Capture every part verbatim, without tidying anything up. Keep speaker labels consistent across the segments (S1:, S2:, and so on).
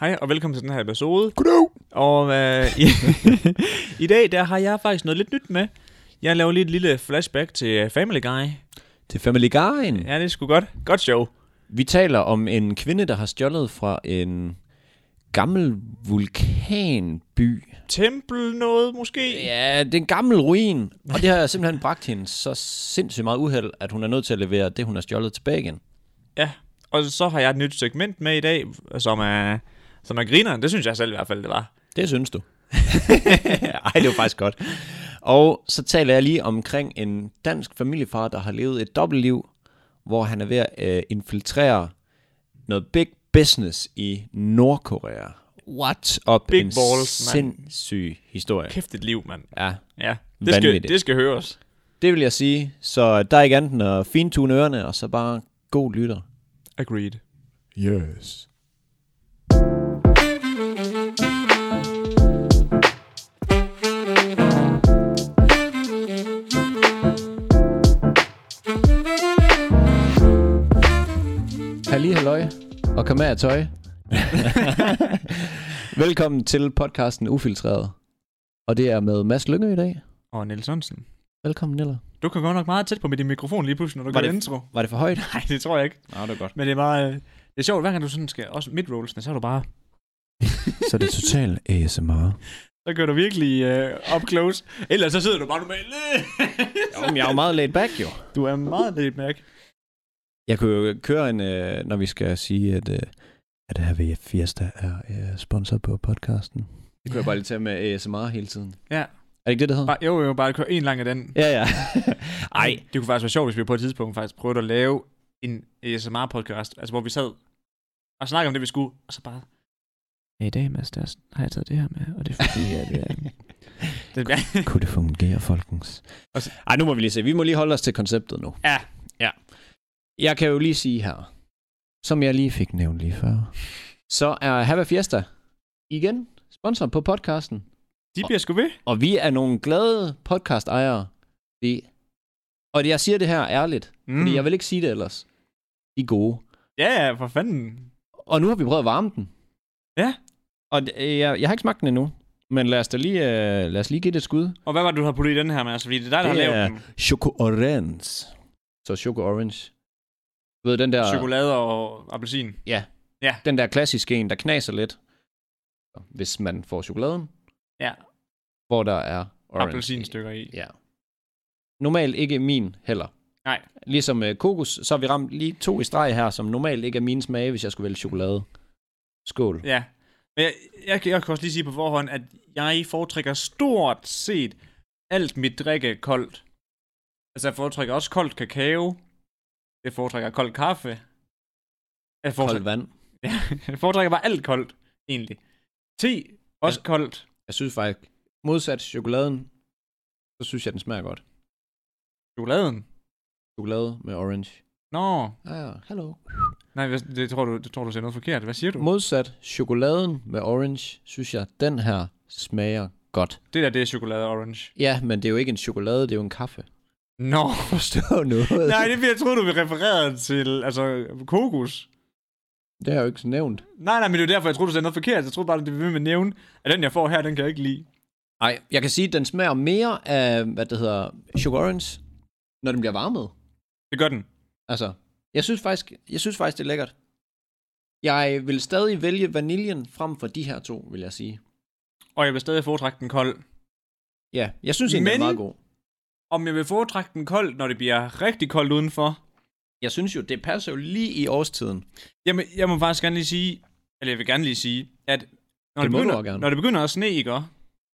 S1: Hej og velkommen til den her episode.
S2: Goddag.
S1: Og øh, i, i dag der har jeg faktisk noget lidt nyt med. Jeg laver lige et lille flashback til Family Guy.
S2: Til Family Guy.
S1: Ja, det er sgu godt. Godt show.
S2: Vi taler om en kvinde, der har stjålet fra en gammel vulkanby.
S1: Tempel noget måske?
S2: Ja, det er en gammel ruin. Og det har simpelthen bragt hende så sindssygt meget uheld, at hun er nødt til at levere det, hun har stjålet tilbage igen.
S1: Ja, og så har jeg et nyt segment med i dag, som er, som er grineren. Det synes jeg selv i hvert fald, det var.
S2: Det synes du. Ej, det var faktisk godt. Og så taler jeg lige omkring en dansk familiefar, der har levet et dobbeltliv, hvor han er ved at øh, infiltrere noget big business i Nordkorea. What up?
S1: Big
S2: en
S1: balls,
S2: sindssyg historie.
S1: Kæft et liv, mand.
S2: Ja,
S1: Ja, det skal, det skal høres.
S2: det vil jeg sige. Så der er ikke andet end at fintune ørerne, og så bare god lytter.
S1: Agreed.
S2: Yes. Halli halløj, og kom med af tøj. Velkommen til podcasten Ufiltreret. Og det er med Mads Lynge i dag.
S1: Og Niels Sørensen.
S2: Velkommen, Niller.
S1: Du kan gå nok meget tæt på med din mikrofon lige pludselig, når du
S2: Var
S1: gør
S2: det-
S1: intro.
S2: Var det for højt?
S1: Nej, det tror jeg ikke.
S2: Nå, det er godt.
S1: Men det er bare... øh, Det er sjovt, hver gang du sådan skal... Også midrollsene, så er du bare...
S2: Så det er total A S M R.
S1: Så gør du virkelig uh, up close. Ellers så sidder du bare normalt.
S2: Jo, men jeg er jo meget laid back, jo.
S1: Du er meget laid back.
S2: Jeg kunne jo køre en, øh, når vi skal sige, at, øh, at H V Fiesta er øh, sponsor på podcasten. Det kunne jeg bare lige tage med A S M R hele tiden.
S1: Ja.
S2: Er det ikke det, det hedder?
S1: Bare, jo, jo, bare køre en lang af den.
S2: Ja, ja.
S1: Ej, det kunne faktisk være sjovt, hvis vi på et tidspunkt faktisk prøvede at lave en A S M R-podcast, altså hvor vi sad og snakkede om det, vi skulle, og så bare... Ja, i dag, Mads, der har jeg taget det her med, og det er fordi, at... Øh, det, ja.
S2: Kunne det fungere, folkens? Ej, nu må vi lige se. Vi må lige holde os til konceptet nu.
S1: Ja.
S2: Ja. Jeg kan jo lige sige her, som jeg lige fik nævnt lige før, så er Have Fiesta igen sponsor på podcasten.
S1: De bliver sgu ved.
S2: Og vi er nogle glade podcast-ejere. Vi... Og jeg siger det her ærligt, mm. fordi jeg vil ikke sige det ellers. De er gode.
S1: Ja, ja, for fanden.
S2: Og nu har vi prøvet at varme den.
S1: Ja.
S2: Og øh, jeg, jeg har ikke smagt den endnu. Men lad os da lige, øh, lad os lige give det et skud.
S1: Og hvad var det, du har puttet i den her med? Altså, fordi det er dig, der
S2: det
S1: har lavet
S2: er
S1: den.
S2: Choco Orange. Så Choco Orange. Du ved, den der...
S1: Chokolade og appelsin.
S2: Ja.
S1: Ja.
S2: Den der klassiske en, der knaser lidt. Hvis man får chokoladen.
S1: Ja.
S2: Hvor der er orange.
S1: Appelsinstykker i.
S2: Ja. Normalt ikke min heller.
S1: Nej.
S2: Ligesom øh, kokos, så har vi ramt lige to i streg her, som normalt ikke er min smage, hvis jeg skulle vælge chokolade. Skål.
S1: Ja. Men jeg, jeg, jeg kan også lige sige på forhånd, at jeg foretrækker stort set alt mit drikke koldt. Altså, jeg foretrækker også koldt kakao. Jeg foretrækker kold kaffe. Jeg foretrækker,
S2: Koldt vand.
S1: Ja, jeg foretrækker bare alt koldt, egentlig. Te, også
S2: Ja.
S1: koldt.
S2: Jeg synes faktisk, modsat chokoladen, så synes jeg, den smager godt.
S1: Chokoladen.
S2: Chokolade med orange.
S1: Nå.
S2: Ah, ja, hallo.
S1: Nej, hvad- det tror du, det tror du siger noget forkert. Hvad siger du?
S2: Modsat chokoladen med orange, synes jeg, den her smager godt.
S1: Det der, det er chokolade orange.
S2: Ja, men det er jo ikke en chokolade, det er jo en kaffe.
S1: Nå.
S2: Forstår noget.
S1: Nej, det er fordi, jeg troede, du ville referere til, altså, kokos.
S2: Det har jeg jo ikke nævnt.
S1: Nej, nej, men det er jo derfor, jeg troede, du sagde noget forkert. Jeg troede bare, det ville med at nævne, at den, jeg får her, den kan jeg ikke lide.
S2: Nej, jeg kan sige, at den smager mere af, hvad det hedder, Choco Orange, når den bliver varmet.
S1: Det gør den.
S2: Altså, jeg synes faktisk, jeg synes faktisk det er lækkert. Jeg vil stadig vælge vaniljen frem for de her to, vil jeg sige.
S1: Og jeg vil stadig foretrække den kold.
S2: Ja, jeg synes egentlig, den er
S1: Men-
S2: meget god.
S1: Om jeg vil foretrække den kold, når det bliver rigtig koldt udenfor.
S2: Jeg synes jo, det passer jo lige i årstiden.
S1: Jamen, jeg må faktisk gerne lige sige, eller jeg vil gerne lige sige, at når,
S2: Det
S1: det,
S2: må du
S1: begynder,
S2: også gerne.
S1: når det begynder at sne, ikke også?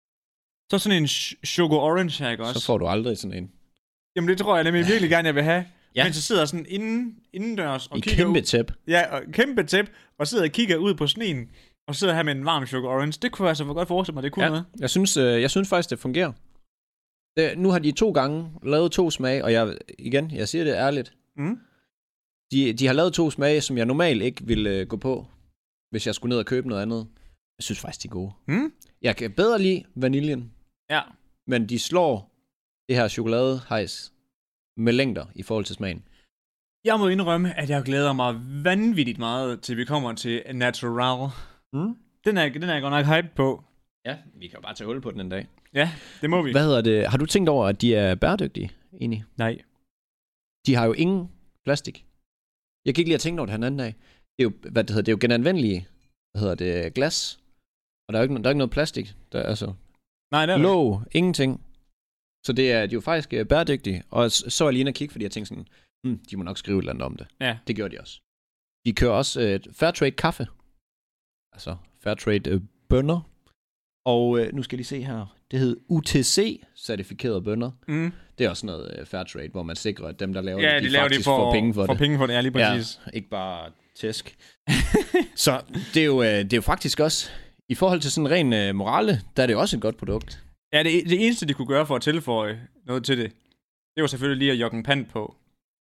S1: Så sådan en ch- choco orange her, ikke også?
S2: Så får du aldrig sådan en.
S1: Jamen, det tror jeg nemlig virkelig gerne, jeg vil have.
S2: Ja.
S1: Mens jeg sidder sådan inden, indendørs og
S2: I
S1: kigger
S2: kæmpe
S1: ud.
S2: tæp.
S1: Ja, og kæmpe tæp, og sidder og kigger ud på sneen, og sidder her med en varm choco orange. Det kunne jeg altså godt forestille mig, det kunne
S2: Ja.
S1: noget.
S2: Jeg synes, øh, jeg synes faktisk, det fungerer. Det, nu har de to gange lavet to smage, og jeg, igen, jeg siger det ærligt.
S1: Mm.
S2: De, de har lavet to smage, som jeg normalt ikke ville øh, gå på, hvis jeg skulle ned og købe noget andet. Jeg synes faktisk, de er gode.
S1: Mm?
S2: Jeg kan bedre lide vaniljen,
S1: Ja.
S2: men de slår det her chokoladehejs med længder i forhold til smagen.
S1: Jeg må indrømme, at jeg glæder mig vanvittigt meget, til vi kommer til Natural.
S2: Mm.
S1: Den er, den er jeg godt nok hyped på.
S2: Ja, vi kan jo bare tage hul på den en dag.
S1: Ja, det må vi.
S2: Hvad hedder det? Har du tænkt over, at de er bæredygtige, egentlig?
S1: Nej.
S2: De har jo ingen plastik. Jeg gik lige og tænkte over det her den anden dag. Det er jo, hvad det hedder, det er jo genanvendelige, hvad hedder det, glas. Og der er jo ikke, der er ikke noget plastik. Der er altså
S1: Nej, det er
S2: låg, ingenting. Så det er, de er jo faktisk uh, bæredygtige. Og så, så er jeg lige inde og kigge, fordi jeg tænkte sådan, hmm, de må nok skrive et eller andet om det.
S1: Ja.
S2: Det gjorde de også. De kører også uh, Fairtrade kaffe. Altså Fairtrade uh, bønner. Og uh, nu skal I lige se her. Det hedder U T C-certificerede bønner. Mm. Det er også noget uh, Fairtrade, hvor man sikrer, at dem, der laver
S1: ja,
S2: det, de,
S1: de laver
S2: faktisk
S1: det for,
S2: får penge for,
S1: for
S2: det.
S1: penge for det, ja, lige præcis.
S2: Ja, ikke bare tæsk. Så det er, jo, uh, det er jo faktisk også, i forhold til sådan en ren uh, morale, der er det jo også et godt produkt.
S1: Ja, det, det eneste, de kunne gøre for at tilføje noget til det, det var selvfølgelig lige at jogge en pant på.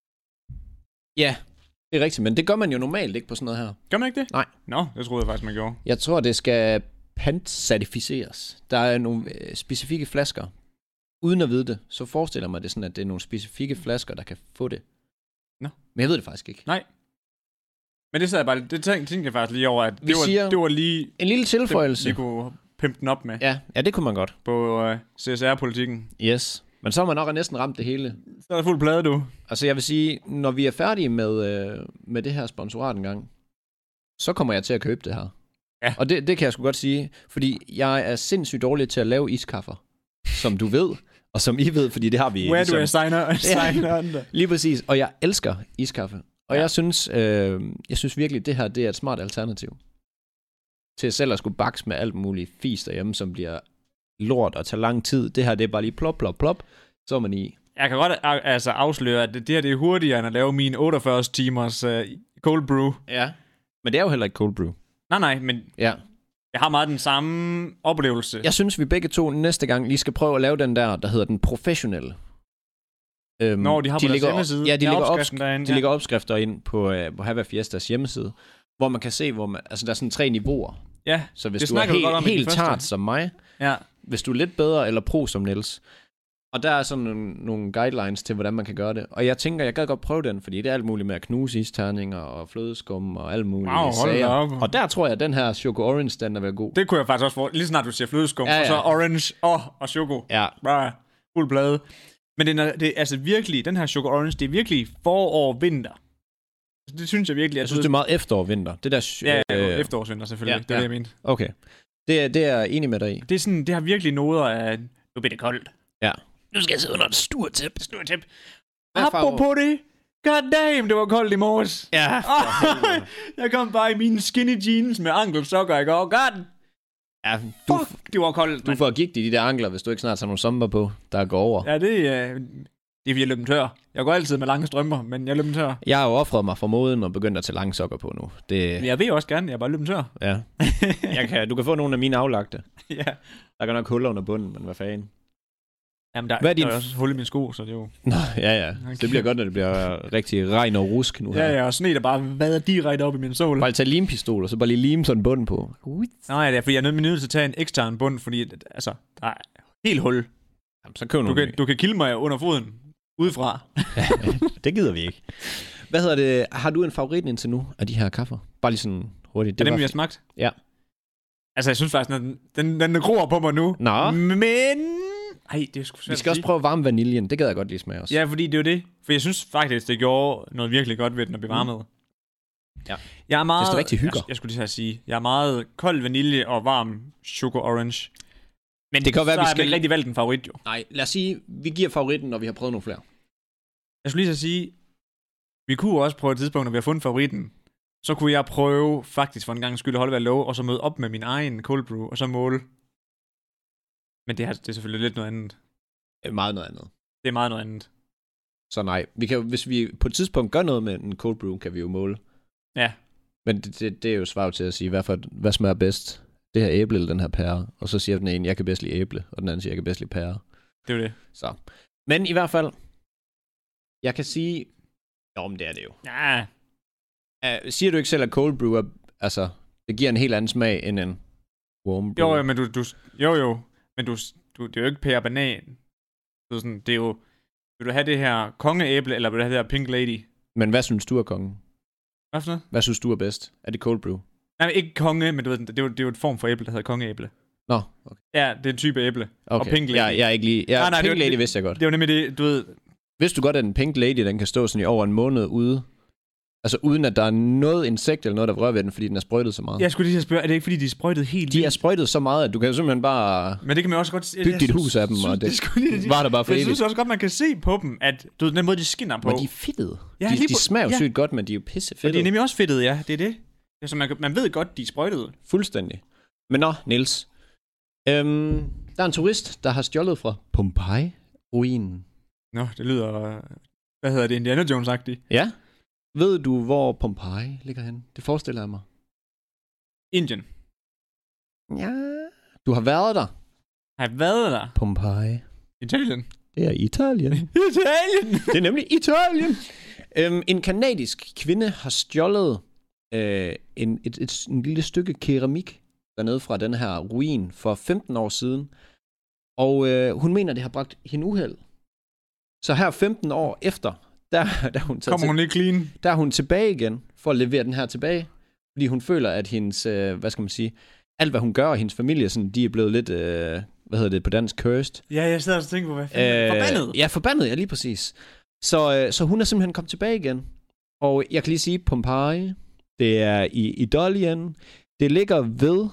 S2: Ja, det er rigtigt, men det gør man jo normalt ikke på sådan noget her.
S1: Gør man ikke det?
S2: Nej.
S1: Nå, det troede jeg faktisk, man gjorde.
S2: Jeg tror, det skal pant-certificeres. Der er nogle øh, specifikke flasker. Uden at vide det, så forestiller mig det sådan, at det er nogle specifikke flasker, der kan få det.
S1: Nå.
S2: Men jeg ved det faktisk ikke.
S1: Nej. Men det sad jeg bare, det tænkte, tænkte jeg faktisk lige over, at
S2: Vi
S1: det var,
S2: siger
S1: det var lige...
S2: En lille tilføjelse.
S1: Det, vi kunne pimpe den op med.
S2: Ja, ja, det kunne man godt.
S1: På uh, C S R-politikken.
S2: Yes. Men så har man nok næsten ramt det hele.
S1: Så er der fuld plade, du.
S2: Altså jeg vil sige, når vi er færdige med, øh, med det her sponsorat en gang, så kommer jeg til at købe det her.
S1: Ja.
S2: Og det, det kan jeg sgu godt sige, fordi jeg er sindssygt dårlig til at lave iskaffer, som du ved, og som I ved, fordi det har vi.
S1: Where
S2: ligesom.
S1: do I sign, sign ja. Under?
S2: Lige præcis, og jeg elsker iskaffe. Og ja. jeg synes, øh, jeg synes virkelig, at det her det er et smart alternativ til selv at skulle bakse med alt muligt fis derhjemme, som bliver lort og tager lang tid. Det her det er bare lige plop, plop, plop, så er man i.
S1: Jeg kan godt altså, afsløre, at det her det er hurtigere end at lave min otteogfyrre timers uh, cold brew.
S2: Ja, men det er jo heller ikke cold brew.
S1: Nej, nej, men
S2: ja.
S1: Jeg har meget den samme oplevelse.
S2: Jeg synes, vi begge to næste gang lige skal prøve at lave den der, der hedder den professionelle.
S1: Øhm, Nå, de har på de deres hjemmeside.
S2: Ja, de, ligger,
S1: opskriften
S2: opsk-
S1: derinde,
S2: de
S1: ja.
S2: ligger opskrifter ind på, uh, på Hava Fiestas hjemmeside, hvor man kan se, hvor man, altså der er sådan tre niveauer.
S1: Ja,
S2: så hvis du er helt, helt tart som mig,
S1: ja.
S2: hvis du er lidt bedre eller pro som Niels, og der er sådan nogle, nogle guidelines til, hvordan man kan gøre det. Og jeg tænker, jeg gad godt prøve den, fordi det er alt muligt med at knuse isterninger og flødeskum og alt muligt.
S1: Wow,
S2: sager. Og der tror jeg, at den her Choco Orange, den er vel god.
S1: Det kunne jeg faktisk også få. Lige snart du siger flødeskum,
S2: ja, ja.
S1: og så orange og, og choco.
S2: Ja.
S1: Bare fuld blade. Men det er, det er altså virkelig, den her Choco Orange, det er virkelig forår, vinter. Det synes jeg virkelig.
S2: Jeg synes, det er meget efterår, vinter. Det der,
S1: ja, ja
S2: øh,
S1: efterårsvinter selvfølgelig. Ja, det er
S2: ja.
S1: det, jeg mente.
S2: Okay. Det, det er jeg enig med dig i.
S1: Det er sådan, det har virkelig noder af, nu bliver det koldt.
S2: Ja.
S1: Nu skal jeg sidde under et sturtæp. Sturtæp. Apropos det. God damn, det var koldt i morges.
S2: Ja.
S1: Oh, jeg kom bare i mine skinny jeans med ankelsokker i går. God.
S2: Ja, du,
S1: Fuck, det var koldt.
S2: Du man. får gigt i de der ankler, hvis du ikke snart har nogle sommer på, der går over.
S1: Ja, det, øh, det er fordi, jeg løb dem tør. Jeg går altid med lange strømper, men jeg løb dem tør.
S2: Jeg har jo offret mig for moden og begyndt at tage lange sokker på nu. Det...
S1: Jeg vil også gerne, jeg bare løb dem tør.
S2: Ja. jeg kan, du kan få nogle af mine aflagte.
S1: Ja.
S2: Der kan nok huller under bunden, men hvad fanden.
S1: Jamen, der,
S2: hvad er din...
S1: der er også hul i mine sko, så det er jo...
S2: Nå, ja, ja. Okay. Det bliver godt, når det bliver rigtig regn og rusk nu her.
S1: Ja, ja, og sne, der bare vader direkte op i min sol.
S2: Bare tage limpistol, og så bare lige lime sådan bunden på.
S1: Nej, det er fordi, jeg er nødt, nødt til at tage en ekstern bund, fordi, altså, der er helt hul.
S2: Jamen, så køb
S1: du, kan, du kan kilde mig under foden, udefra.
S2: Det gider vi ikke. Hvad hedder det? Har du en favorit indtil nu af de her kaffer? Bare lige sådan hurtigt.
S1: Det er dem, vi har smagt?
S2: Ja.
S1: Altså, jeg synes faktisk, den, den, den gror på mig nu.
S2: Nå.
S1: Men... Ej, det er sgu svært.
S2: Vi skal også prøve varme vaniljen. Det gad jeg godt lige smage også.
S1: Ja, fordi det er jo det. For jeg synes faktisk, det gjorde noget virkelig godt ved den at blive varmet.
S2: Mm. Ja.
S1: Jeg er meget...
S2: Det er rigtig hygger.
S1: Jeg, jeg skulle lige sige, jeg er meget kold vanilje og varm Choco Orange. Men
S2: det kan
S1: så
S2: være, vi
S1: skal...
S2: skal
S1: ikke rigtig valgt en favorit, jo.
S2: Nej, lad os sige, vi giver favoritten, når vi har prøvet nogle flere.
S1: Jeg skulle lige så sige, vi kunne også prøve et tidspunkt, når vi har fundet favoritten, så kunne jeg prøve faktisk for en gang skyld at holde ved lov, og så møde op med min egen cold brew, og så måle. Men det er, det er selvfølgelig lidt noget andet.
S2: Det er meget noget andet.
S1: Det er meget noget andet.
S2: Så nej, vi kan, hvis vi på et tidspunkt gør noget med en cold brew, kan vi jo måle.
S1: Ja.
S2: Men det, det, det er jo svaret til at sige, hvad, for, hvad smager bedst? Det her æble eller den her pære? Og så siger den ene, jeg kan bedst lide æble, og den anden siger, jeg kan bedst lide pære.
S1: Det er jo det.
S2: Så. Men i hvert fald, jeg kan sige, jo, men det er det jo.
S1: Ja.
S2: Uh, siger du ikke selv, at cold brew er, altså, det giver en helt anden smag end en warm brew?
S1: Jo, men du, du jo jo, men du, du det er jo ikke pære banan. Så sådan, det er jo, vil du have det her kongeæble, eller vil du have det her pink lady?
S2: Men hvad synes du er kongen?
S1: Hvad for noget?
S2: Hvad synes du er bedst? Er det cold brew?
S1: Nej, ikke konge, men du ved, det er jo, det er jo et form for æble, der hedder kongeæble.
S2: Nå, okay.
S1: Ja, det er en type æble.
S2: okay.
S1: Og Pink Lady.
S2: Jeg, jeg er ikke lige... Ja,
S1: nej, nej,
S2: Pink
S1: det,
S2: Lady
S1: det,
S2: vidste jeg godt.
S1: Det var nemlig det, du ved...
S2: Vidste du godt, at en Pink Lady, den kan stå sådan i over en måned ude? Altså uden at der er noget insekt eller noget, der rører ved den, fordi den er sprøjtet så meget.
S1: Jeg skulle lige spørge, er det ikke fordi, de er sprøjtet helt
S2: De er sprøjtet så meget, at du kan jo simpelthen bare
S1: Men det kan man også godt...
S2: bygge dit hus af dem, og det, det var der bare for
S1: evigt. Jeg
S2: evigt.
S1: synes også godt, man kan se på dem, at du ved, den måde, de skinner på.
S2: Men de er fedtede.
S1: Ja,
S2: de,
S1: lige
S2: de
S1: på-
S2: smager jo
S1: ja.
S2: sygt godt, men de er jo pisse
S1: Og de er
S2: fedtede.
S1: nemlig også fedtede, ja. Det er det. Altså, man, man ved godt, de er sprøjtede.
S2: Fuldstændig. Men nå, Niels. Øhm, der er en turist, der har stjålet fra Pompeji-ruinen.
S1: Nå, det lyder... Hvad hedder det? Indiana Jones-agtigt.
S2: Ja. Ved du, hvor Pompeji ligger henne? Det forestiller jeg mig.
S1: Indien.
S2: Ja. Du har været der.
S1: Har jeg været der?
S2: Pompeji.
S1: Italien.
S2: Det er Italien.
S1: Italien!
S2: Det er nemlig Italien. Øhm, en kanadisk kvinde har stjålet øh, en, et, et, en lille stykke keramik dernede fra den her ruin for femten år siden. Og øh, hun mener, det har bragt hende uheld. Så her femten år efter, der, der, er hun taget
S1: Kommer hun ikke clean?
S2: der er hun tilbage igen for at levere den her tilbage. Fordi hun føler, at hendes, øh, hvad skal man sige, alt hvad hun gør, og hendes familie, sådan, de er blevet lidt, øh, hvad hedder det på dansk, cursed.
S1: Ja, jeg sidder og tænker på, hvad fanden?
S2: Øh,
S1: Forbandet?
S2: Ja, forbandet, ja, lige præcis. Så, øh, så hun er simpelthen kommet tilbage igen. Og jeg kan lige sige, Pompeji, det er i Italien. Det ligger ved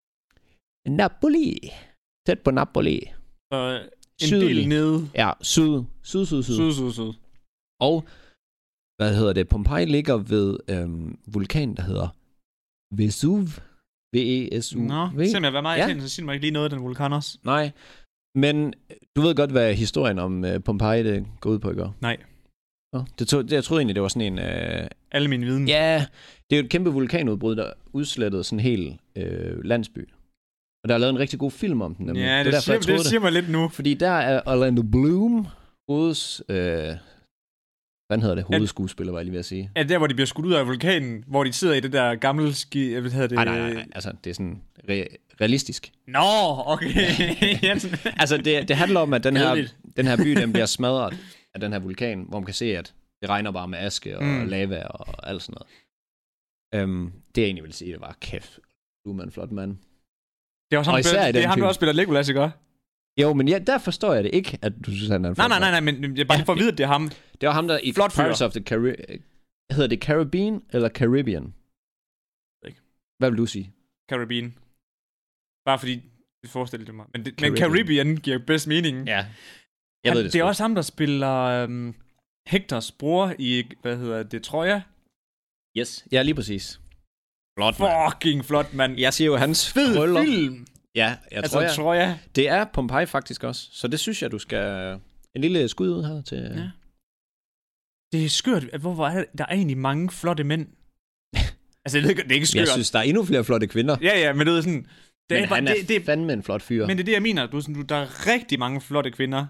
S2: Napoli. Tæt på Napoli.
S1: Så en
S2: Sydlig.
S1: del nede.
S2: Ja, syd. Syd, syd, syd.
S1: Syd, syd, syd.
S2: Og, hvad hedder det, Pompeji ligger ved øhm, vulkan, der hedder Vesuv. V E S U V.
S1: Nå, selvom jeg var meget
S2: Ja.
S1: ja. så siger mig ikke lige noget af den vulkan også.
S2: Nej, men du ved godt, hvad historien om øh, Pompeji det går ud på, ikke?
S1: Nej.
S2: Nå, det tog, det, jeg troede egentlig, det var sådan en... Øh,
S1: Alle mine viden.
S2: ja, det er jo et kæmpe vulkanudbrud, der udslettede sådan en hel øh, landsby. Og der er lavet en rigtig god film om den. Nemlig.
S1: Ja, det,
S2: er derfor,
S1: siger,
S2: jeg troede
S1: det siger mig lidt nu.
S2: Fordi der er Orlando Bloom, hovedets... Øh, hvad hedder det? Hovedskuespiller, var jeg lige ved at sige.
S1: Er det der, hvor de bliver skudt ud af vulkanen, hvor de sidder i det der gamle ski... Hvad hedder det?
S2: Nej, nej, nej, nej. Altså, det er sådan re- realistisk.
S1: Nå, okay.
S2: Altså, det, det handler om, at den her,
S1: Kedeligt.
S2: den her by, den bliver smadret af den her vulkan, hvor man kan se, at det regner bare med aske og
S1: Mm.
S2: lava og alt sådan noget. Um, det jeg egentlig vil sige, det var kæft. Du er en flot mand.
S1: Det er også
S2: Og
S1: ham,
S2: især i
S1: det
S2: den
S1: er ham,
S2: film.
S1: der også spiller Legolas, ikke også?
S2: Jo, men ja, der forstår jeg det ikke, at du synes, han er en
S1: Nej,
S2: flot
S1: nej, nej,
S2: mand.
S1: nej, men jeg bare for at vide, at det er ham.
S2: Det var ham, der i
S1: Flot fyr.
S2: Pirates of the Caribbean... Hedder det Caribbean eller Caribbean?
S1: Ikke.
S2: Hvad vil du sige?
S1: Caribbean. Bare fordi, det forestiller det mig. Men, det, men
S2: Caribbean.
S1: Caribbean giver bedst mening.
S2: Ja. Jeg
S1: Han,
S2: ved det,
S1: det er
S2: sgu.
S1: også ham, der spiller um, Hectors bror i, hvad hedder det, Troja.
S2: Yes. Ja, lige præcis. Flot, mand.
S1: Fucking flot, mand.
S2: Jeg siger jo, hans
S1: Fed
S2: krøller...
S1: film.
S2: Ja, jeg
S1: Altså,
S2: tror, jeg...
S1: Troja.
S2: Det er Pompeji faktisk også, så det synes jeg, du skal... En lille skud ud her til...
S1: Ja. Det er skørt. at Hvorfor er der, der er egentlig mange flotte mænd? Altså, jeg ved ikke, det er ikke skørt.
S2: Jeg synes, der er endnu flere flotte kvinder.
S1: Ja, ja, men du ved sådan... Det
S2: Men
S1: er, bare,
S2: han er
S1: det, det,
S2: fandme en flot fyr.
S1: men det er det, jeg mener. Du, ved sådan, du, der er rigtig mange flotte kvinder.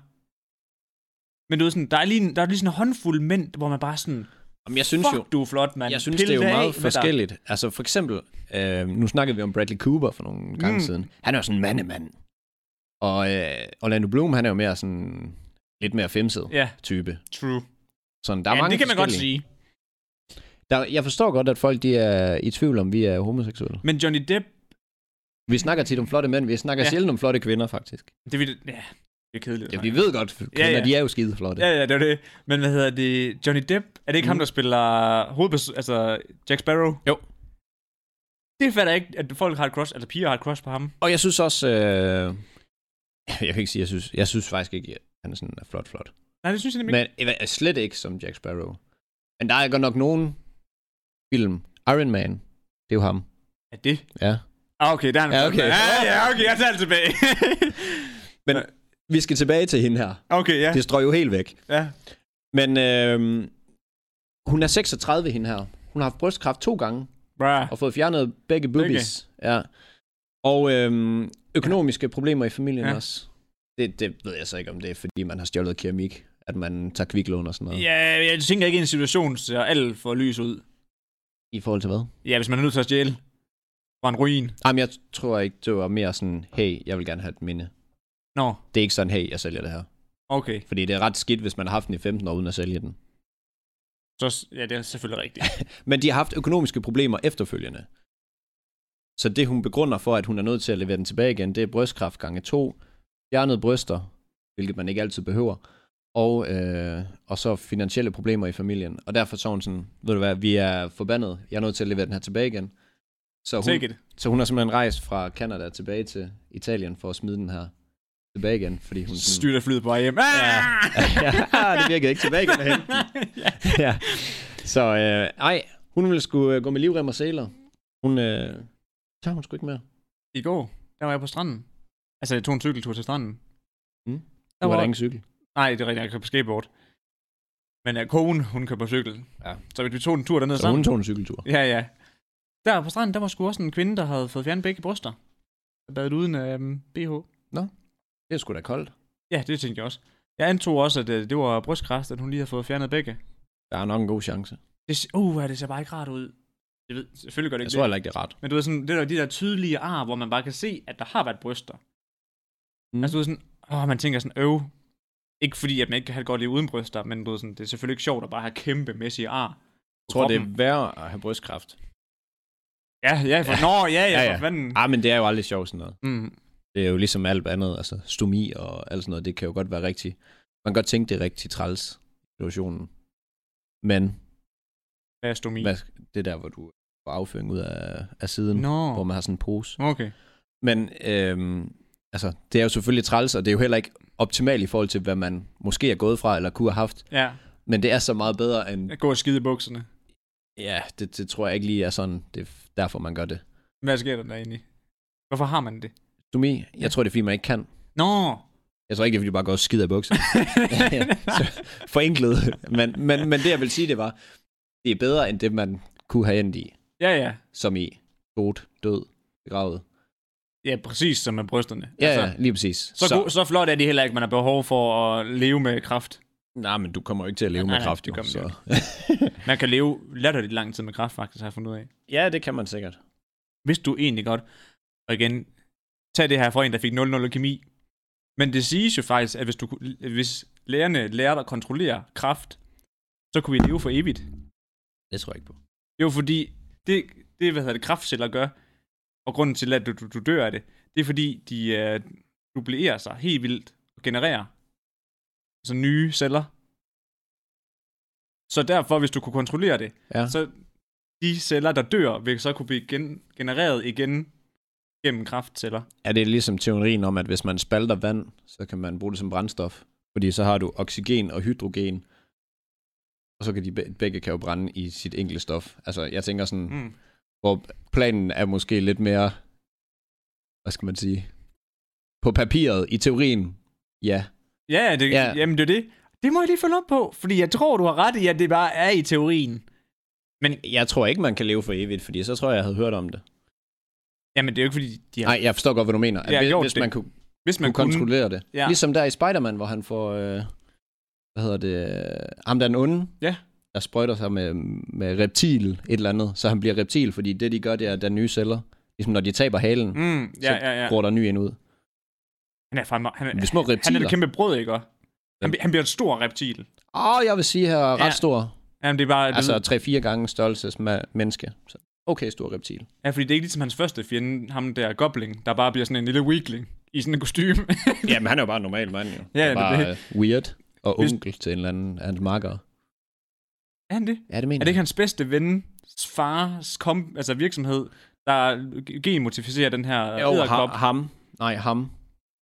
S1: Men du ved sådan, der er lige, der er lige sådan en håndfuld mænd, hvor man bare sådan...
S2: Jamen, jeg synes
S1: Fuck,
S2: jo,
S1: du er flot, mand.
S2: jeg synes,
S1: Pille
S2: det er jo
S1: af
S2: meget
S1: med dig.
S2: forskelligt. Altså, for eksempel, øh, nu snakkede vi om Bradley Cooper for nogle gange
S1: Mm.
S2: siden. Han er jo sådan en mandemand. Og øh, Orlando Bloom, han er jo mere sådan... Lidt mere femset
S1: Ja,
S2: type.
S1: true.
S2: Sådan, der er
S1: Ja,
S2: mange
S1: det kan man godt
S2: forskellige.
S1: sige.
S2: Der, jeg forstår godt, at folk de er i tvivl om, vi er homoseksuelle.
S1: Men Johnny Depp,
S2: Vi snakker tit om flotte mænd, vi snakker
S1: Ja.
S2: ja. sjældent om flotte kvinder, faktisk.
S1: det, vil, ja, det er kedeligt.
S2: Ja, vi ved godt, kvinder,
S1: Ja, ja.
S2: de er jo skide flotte.
S1: Ja, ja, det er det. Men hvad hedder det? Johnny Depp, er det ikke mm. ham, der spiller hovedperson, altså Jack Sparrow?
S2: Jo.
S1: Det fatter jeg ikke, at folk har et crush, altså piger har et crush på ham.
S2: Og jeg synes også, øh... jeg kan ikke sige, jeg synes, jeg synes faktisk ikke, at han er sådan er flot, flot.
S1: Nej, det synes jeg nemlig ikke.
S2: Men jeg er slet ikke som Jack Sparrow. Men der er godt nok nogen film. Iron Man, det er jo ham.
S1: Er det?
S2: Ja.
S1: Ah, okay, der er han.
S2: Ja, okay.
S1: Ja, ja, okay, jeg tager det tilbage.
S2: Men vi skal tilbage til hende her.
S1: Okay, ja.
S2: Det strøg jo helt væk.
S1: Ja.
S2: Men øh... hun er seksogtredive, hende her. Hun har haft brystkræft to gange.
S1: Bruh.
S2: Og fået fjernet begge boobies. Ja. Og øh... økonomiske problemer i familien
S1: Ja.
S2: også. Det, det ved jeg så ikke, om det er, fordi man har stjålet keramik. At man tager kviklån og sådan noget.
S1: Ja, jeg tænker ikke, at en situation ser alt for lys ud.
S2: I forhold til hvad?
S1: Ja, hvis man er nødt til at stjæle fra en ruin.
S2: Jamen, jeg tror ikke, det var mere sådan, hey, jeg vil gerne have et minde.
S1: Nå,
S2: Det er ikke sådan, hey, jeg sælger det her.
S1: okay.
S2: Fordi det er ret skidt, hvis man har haft den i femten år, uden at sælge den.
S1: Så, ja, det er selvfølgelig rigtigt.
S2: Men de har haft økonomiske problemer efterfølgende. Så det, hun begrunder for, at hun er nødt til at levere den tilbage igen, det er brystkræft gange to, fjernede bryster, hvilket man ikke altid behøver, og, øh, og så finansielle problemer i familien. Og derfor så hun sådan, ved du hvad, vi er forbandet, jeg er nødt til at levere den her tilbage igen. Så hun, så hun har simpelthen rejst fra Canada tilbage til Italien for at smide den her tilbage igen, fordi hun sådan...
S1: Styrter flyet på vej hjem.
S2: Ja, ja, det virkede ikke tilbage igen. ja. ja. Så øh, ej, hun ville sgu øh, gå med livrem og sæler. Hun, øh, tager hun sgu ikke mere.
S1: I går, der var jeg på stranden. Altså, jeg tog en cykeltur til stranden.
S2: Mm. Der var, var der ingen cykel?
S1: Nej, det er rigtigt, jeg køber på skateboard. Men ja, konen, hun køber på cykel.
S2: Ja.
S1: Så vi tog en tur dernede
S2: så
S1: sammen.
S2: Så hun tog en cykeltur?
S1: Ja, ja. Der på stranden, der var sgu også en kvinde, der havde fået fjernet begge bryster. Der badet uden øhm, B H.
S2: Nå, det er sgu da koldt.
S1: Ja, det tænkte jeg også. Jeg antog også, at øh, det var brystkræft, at hun lige havde fået fjernet begge.
S2: Der er nok en god chance.
S1: Det, uh, det ser bare ikke rart ud. Jeg ved, selvfølgelig gør det ikke
S2: jeg
S1: det.
S2: tror heller ikke, det er rart.
S1: Men du ved sådan, det der de der tydelige ar, hvor man bare kan se, at der har været bryster. Mm. Altså du ved sådan, åh, man tænker sådan, øv. Ikke fordi, at man ikke kan have et godt liv uden bryster, men du ved sådan, det er selvfølgelig ikke sjovt at bare have kæmpemæssige ar.
S2: Jeg tror, kroppen. Det er værd at have brystkræft.
S1: Ja, ja, for, nå, ja, ja, ja, for fanden.
S2: Ah, men det er jo aldrig sjovt sådan noget.
S1: Mm.
S2: Det er jo ligesom alt andet, altså stomi og alt sådan noget, det kan jo godt være rigtigt. Man kan godt tænke, det er rigtig træls situationen. Men
S1: hvad er stomi?
S2: Hvad, det der, hvor du får afføring ud af, af siden,
S1: no.
S2: hvor man har sådan en pose.
S1: Okay.
S2: Men øhm, altså, det er jo selvfølgelig træls, og det er jo heller ikke optimalt i forhold til, hvad man måske er gået fra, eller kunne have haft.
S1: Ja.
S2: Men det er så meget bedre end...
S1: At gå og skide i bukserne.
S2: Ja, det, det tror jeg ikke lige er sådan, det er derfor man gør det.
S1: Hvad sker der der egentlig? Hvorfor har man det?
S2: Stomi? Jeg ja. tror, det er fordi, man ikke kan.
S1: Nå!
S2: Jeg tror ikke, det er fordi, du bare går og skider i bukserne. ja, så forenklet. Men, men, men det, jeg vil sige, det var, det er bedre, end det, man kunne have endt i.
S1: Ja, ja.
S2: Som i god, død, begravet.
S1: Ja, præcis som med brysterne.
S2: Ja, altså, ja, lige præcis.
S1: Så, så, så flot er det heller ikke, man har behov for at leve med kræft.
S2: Nej, men du kommer jo ikke til at leve nej, med kræft, jo. Så.
S1: Man kan leve latterligt lang tid med kræft, faktisk, har jeg fundet ud af.
S2: Ja, det kan man sikkert.
S1: Hvis du egentlig godt, og igen, tag det her fra en, der fik nul nul i kemi. Men det siges jo faktisk, at hvis, du, hvis lærerne lærte at kontrollere kræft, så kunne vi leve for evigt.
S2: Det tror jeg ikke på.
S1: Jo, fordi det, det hvad hedder det, kræftceller gør, og grunden til, at du, du, du dør af det, det er fordi, de uh, duplierer sig helt vildt og genererer så nye celler. Så derfor, hvis du kunne kontrollere det,
S2: ja.
S1: så de celler, der dør, vil så kunne blive gen- genereret igen gennem kræftceller.
S2: Er det ligesom teorien om, at hvis man spalter vand, så kan man bruge det som brændstof? Fordi så har du oxygen og hydrogen, og så kan de begge kan jo brænde i sit enkelte stof. Altså, jeg tænker sådan, mm. hvor planen er måske lidt mere, hvad skal man sige, på papiret, i teorien, ja.
S1: Ja, det, ja. Jamen det er det. Det må jeg lige følge op på, fordi jeg tror, du har ret i, at det bare er i teorien.
S2: Men jeg tror ikke, man kan leve for evigt, fordi så tror jeg, jeg havde hørt om det.
S1: Jamen det er jo ikke, fordi de har...
S2: Nej, jeg forstår godt, hvad du mener. At hvis, hvis man kunne, hvis man kunne kontrollere det. Ja. Ligesom der i Spider-Man, hvor han får, øh, hvad hedder det, ham der den onde,
S1: ja.
S2: der sprøjter sig med, med reptil et eller andet, så han bliver reptil, fordi det de gør, det er, at der er nye celler. Ligesom når de taber halen,
S1: mm, ja,
S2: så
S1: ja, ja.
S2: går der ny ind ud.
S1: Han er fandme... Han er,
S2: små reptiler.
S1: Han er et kæmpe brød, ikke? Han, han bliver et stor reptil.
S2: Åh, oh, jeg vil sige her, ret ja. stor.
S1: Jamen, det er bare...
S2: Altså tre-fire gange størrelses med menneske. Så okay, stor reptil.
S1: Ja, fordi det er ikke ligesom hans første fjende, ham der Gobling, der bare bliver sådan en lille weakling i sådan en kostume.
S2: Jamen, han er jo bare en normal mand, jo.
S1: Ja,
S2: det er bare
S1: det.
S2: Uh, weird og onkel til en eller anden af hans makker.
S1: Er han det?
S2: Ja, det mener
S1: Er det ikke hans bedste ven, fars kom, altså virksomhed, der genmodificerer den her edderkop?
S2: Ha- ham. Nej, ham.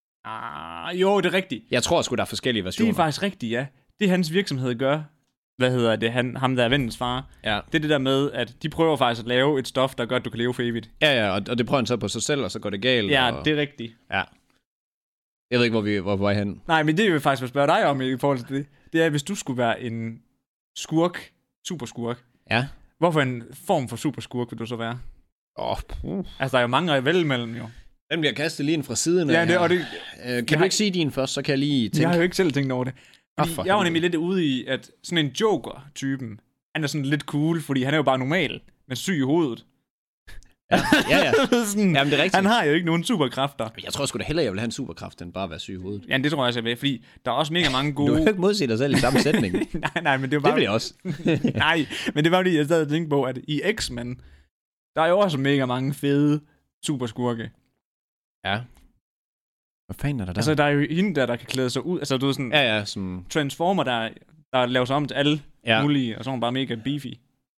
S1: Ah, jo, det er rigtigt.
S2: Jeg tror sgu, der er forskellige versioner.
S1: Det er faktisk rigtigt, ja. Det hans virksomhed gør, hvad hedder det, han, ham der er vennens far,
S2: ja.
S1: Det er det der med, at de prøver faktisk at lave et stof, der gør, at du kan leve for evigt.
S2: Ja, ja, og, og det prøver han så på sig selv, og så går det galt.
S1: Ja,
S2: og...
S1: det er rigtigt.
S2: Ja. Jeg ved ikke, hvor vi hvor på vej hen.
S1: Nej, men det vil jeg faktisk vil spørge dig om i forhold til det. Det er, hvis du skulle være en skurk, superskurk.
S2: Ja.
S1: Hvorfor en form for superskurk vil du så være?
S2: Åh, oh,
S1: altså, der er jo mange at vælge mellem, jo.
S2: Den bliver kastet lige ind fra siden af
S1: ja, det, og det,
S2: øh, Kan du ikke sige din først, så kan jeg lige tænke.
S1: Jeg har jo ikke selv tænkt over det.
S2: Oh,
S1: jeg var nemlig lidt ude i, at sådan en Joker-typen, han er sådan lidt cool, fordi han er jo bare normal, men syg i hovedet.
S2: Ja, ja, ja.
S1: sådan,
S2: jamen, det er rigtigt.
S1: Han har jo ikke nogen superkræfter.
S2: Jeg tror sgu da hellere, jeg vil have en superkraft, end bare at være syg i hovedet.
S1: Ja, det tror jeg også, jeg vil, fordi der er også mega mange gode...
S2: Du kan ikke modsige dig selv i samme sætning.
S1: nej, nej, men det var bare...
S2: Det vil jeg også.
S1: nej, men det var fordi, jeg stadig tænkte på, at i X-Men, der er jo også mega mange fede superskurke.
S2: Ja. Hvad fanden er der der?
S1: Altså, der er jo hende der, der kan klæde sig ud. Altså, du ved sådan...
S2: Ja, ja, som...
S1: Transformer, der, der laver sig om til alle
S2: Ja.
S1: mulige, og så er hun bare mega beefy.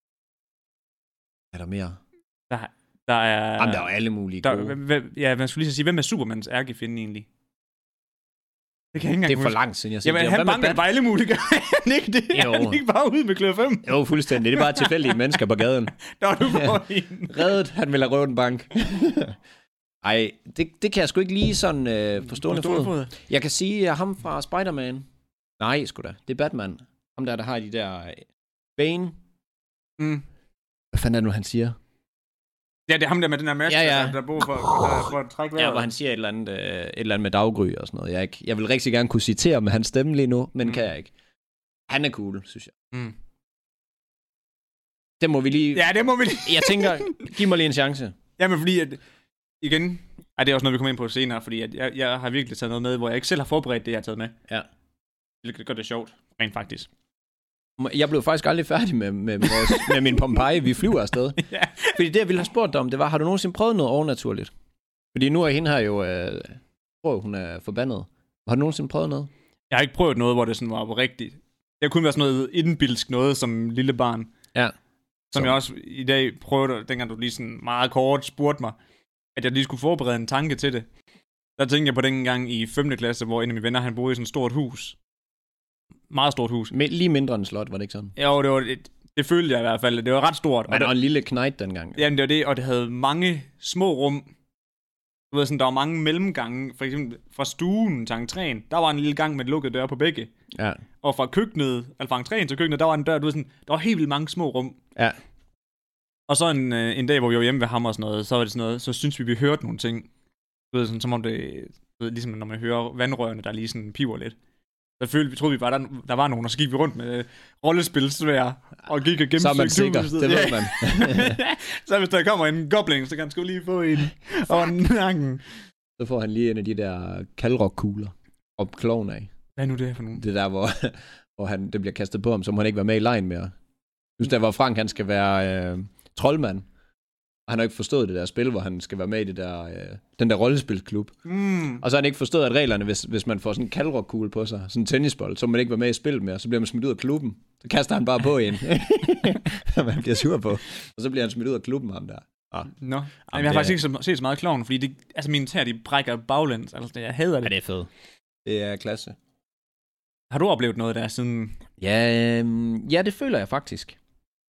S2: Er der mere?
S1: Der, der er...
S2: Jamen, der er jo alle mulige
S1: der,
S2: gode.
S1: hvem- hvem- ja, man skulle lige så sige, hvem er Supermans ærkefjende egentlig? Det kan jeg ikke engang
S2: Det er for
S1: huske.
S2: langt siden, jeg siger.
S1: Jamen,
S2: det.
S1: han
S2: Hvad med
S1: banker
S2: Bat-
S1: Vejle muligt, han ikke det?
S2: Jo.
S1: Han ikke bare ud med klør fem.
S2: Jo, fuldstændig. Det er bare tilfældige mennesker på gaden.
S1: Der var du for en.
S2: Reddet, han vil have røvet en bank. Ej, det, det kan jeg sgu ikke lige sådan øh, på stående fod.
S1: fod.
S2: Jeg kan sige, at ham fra Spider-Man... Nej, sgu da. Det er Batman. Ham der, der har de der... øh, Bane.
S1: Mm.
S2: Hvad fanden er det nu, han siger?
S1: Ja, det er ham der med den her maske,
S2: Ja, ja.
S1: der, der bor for, for, for at trække vejret.
S2: Ja, hvor han siger et eller andet, øh, et eller andet med daggry og sådan noget. Jeg, er ikke, jeg vil rigtig gerne kunne citere med hans stemme lige nu, men
S1: Mm.
S2: mm. kan jeg ikke. Han er cool, synes jeg.
S1: Mm.
S2: Det må vi lige...
S1: Ja, det må vi lige.
S2: Jeg tænker, giv mig lige en chance.
S1: Jamen, fordi at, igen, ej, det er også noget, vi kommer ind på senere, fordi at jeg, jeg har virkelig taget noget med, hvor jeg ikke selv har forberedt det, jeg har taget med.
S2: Ja.
S1: Det gør det sjovt, rent faktisk.
S2: Jeg blev faktisk aldrig færdig med, med, vores, med min Pompeji. Vi flyver afsted.
S1: Ja.
S2: Fordi det, jeg ville have spurgt dig om, det var, har du nogensinde prøvet noget overnaturligt? Fordi nu er hende her jo... Øh, tror hun er forbandet. Har du nogensinde prøvet noget?
S1: Jeg har ikke prøvet noget, hvor det sådan var rigtigt. Det kunne være sådan noget indbilsk noget som lille barn.
S2: Ja.
S1: Som
S2: Så.
S1: jeg også i dag prøvede, dengang du lige sådan meget kort spurgte mig, at jeg lige skulle forberede en tanke til det. Der tænkte jeg på den gang i femte klasse, hvor en af mine venner, han boede i sådan et stort hus. Meget stort hus.
S2: Men, lige mindre end slot, var det ikke sådan?
S1: Jo, det var det, det følte jeg i hvert fald. Det var ret stort.
S2: Men der var en lille knægt dengang.
S1: Jamen, det var det, og det havde mange små rum. Du ved sådan, der var mange mellemgange. For eksempel fra stuen til entréen, der var en lille gang med lukket dør på begge.
S2: Ja.
S1: Og fra køkkenet, eller fra entréen til køkkenet, der var en dør, du ved sådan, der var helt vildt mange små rum.
S2: Ja.
S1: Og så en, øh, en dag, hvor vi var hjemme ved ham og sådan noget, så var det sådan noget, så synes vi, vi hørte nogle ting. Du ved, sådan, som om det, du ved, ligesom når man hører vandrørene, der lige sådan piver lidt. Så følte vi, troede vi bare, der, der var nogen, og så gik vi rundt med øh, rollespilsvær, og gik og gennemsøgte.
S2: Så er man sikker,
S1: huset.
S2: det ved man.
S1: Så hvis der kommer en goblin, så kan han sgu lige få en over nakken.
S2: Så får han lige en af de der kalrokkugler op kloven af.
S1: Hvad er nu det for nogen?
S2: Det der, hvor, hvor han, det bliver kastet på ham, så må han ikke være med i lejen mere. Jeg synes, der hvor Frank, han skal være øh, troldmand. Og han har ikke forstået det der spil, hvor han skal være med i det der, øh, den der rollespilsklub.
S1: Mm.
S2: Og så har han ikke forstået, at reglerne, hvis, hvis man får sådan en kalrokkugle på sig, sådan en tennisbold, så må man ikke være med i spillet mere, så bliver man smidt ud af klubben. Så kaster han bare på en. Man bliver sur på. Og så bliver han smidt ud af klubben, ham der. Ah.
S1: Nå, Jamen,
S2: Jamen,
S1: jeg har
S2: det
S1: faktisk ikke så, set så meget klovn, fordi det, altså mine tæer, de brækker baglæns. Altså, jeg hader det.
S2: Ja, det er fedt. Det er klasse.
S1: Har du oplevet noget der siden?
S2: Ja, øhm, ja, det føler jeg faktisk.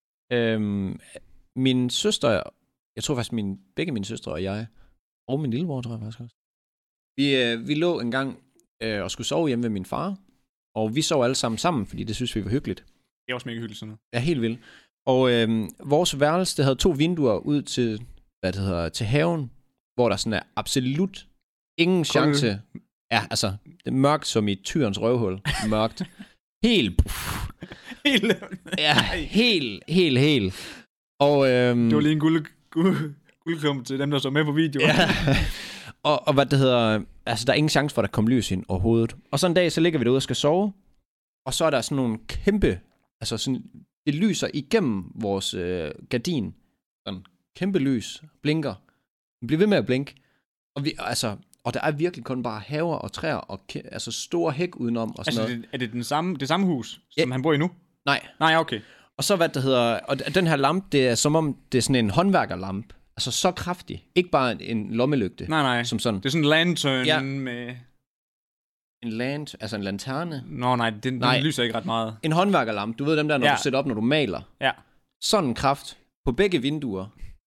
S2: Øhm, min søster, jeg tror faktisk, min, begge mine søstre og jeg, og min lillebror, tror jeg faktisk også. Vi, øh, vi lå en gang øh, og skulle sove hjemme ved min far, og vi sov alle sammen sammen, fordi det synes vi var hyggeligt.
S1: Det er også mega hyggeligt sådan noget.
S2: Ja, helt vildt. Og øh, vores værelse, det havde to vinduer ud til, hvad det hedder, til haven, hvor der sådan er absolut ingen chance. Ja, altså, det er mørkt som i tyrens røvhul. Mørkt. Helt.
S1: Helt.
S2: Ja, helt, helt, helt. Og, øhm,
S1: Det var lige en guld, guld, guldklump til dem, der så med på video.
S2: ja. og, og hvad det hedder, altså der er ingen chance for, at der kommer lys ind overhovedet. Og så en dag, så ligger vi derude og skal sove, og så er der sådan nogle kæmpe, altså sådan, det lyser igennem vores øh, gardin. Sådan kæmpe lys, blinker. Det bliver ved med at blinke. Og, vi, altså, og der er virkelig kun bare haver og træer, og kæ- altså store hæk udenom og sådan
S1: Altså,
S2: noget.
S1: det, er det den samme, det samme hus, som
S2: Ja.
S1: han bor i nu?
S2: Nej.
S1: Nej, okay.
S2: Og så hvad det hedder, og den her lampe, det er som om, det er sådan en håndværkerlampe. Altså så kraftig. Ikke bare en lommelygte.
S1: Nej, nej.
S2: Som sådan
S1: Det er sådan en lantern
S2: Ja.
S1: med...
S2: en lant, altså en lanterne.
S1: Nå, nej, den,
S2: Nej.
S1: den lyser ikke ret meget.
S2: En håndværkerlampe. Du ved dem der, når
S1: Ja.
S2: du sætter op, når du maler.
S1: Ja.
S2: Sådan en kraft på begge vinduer.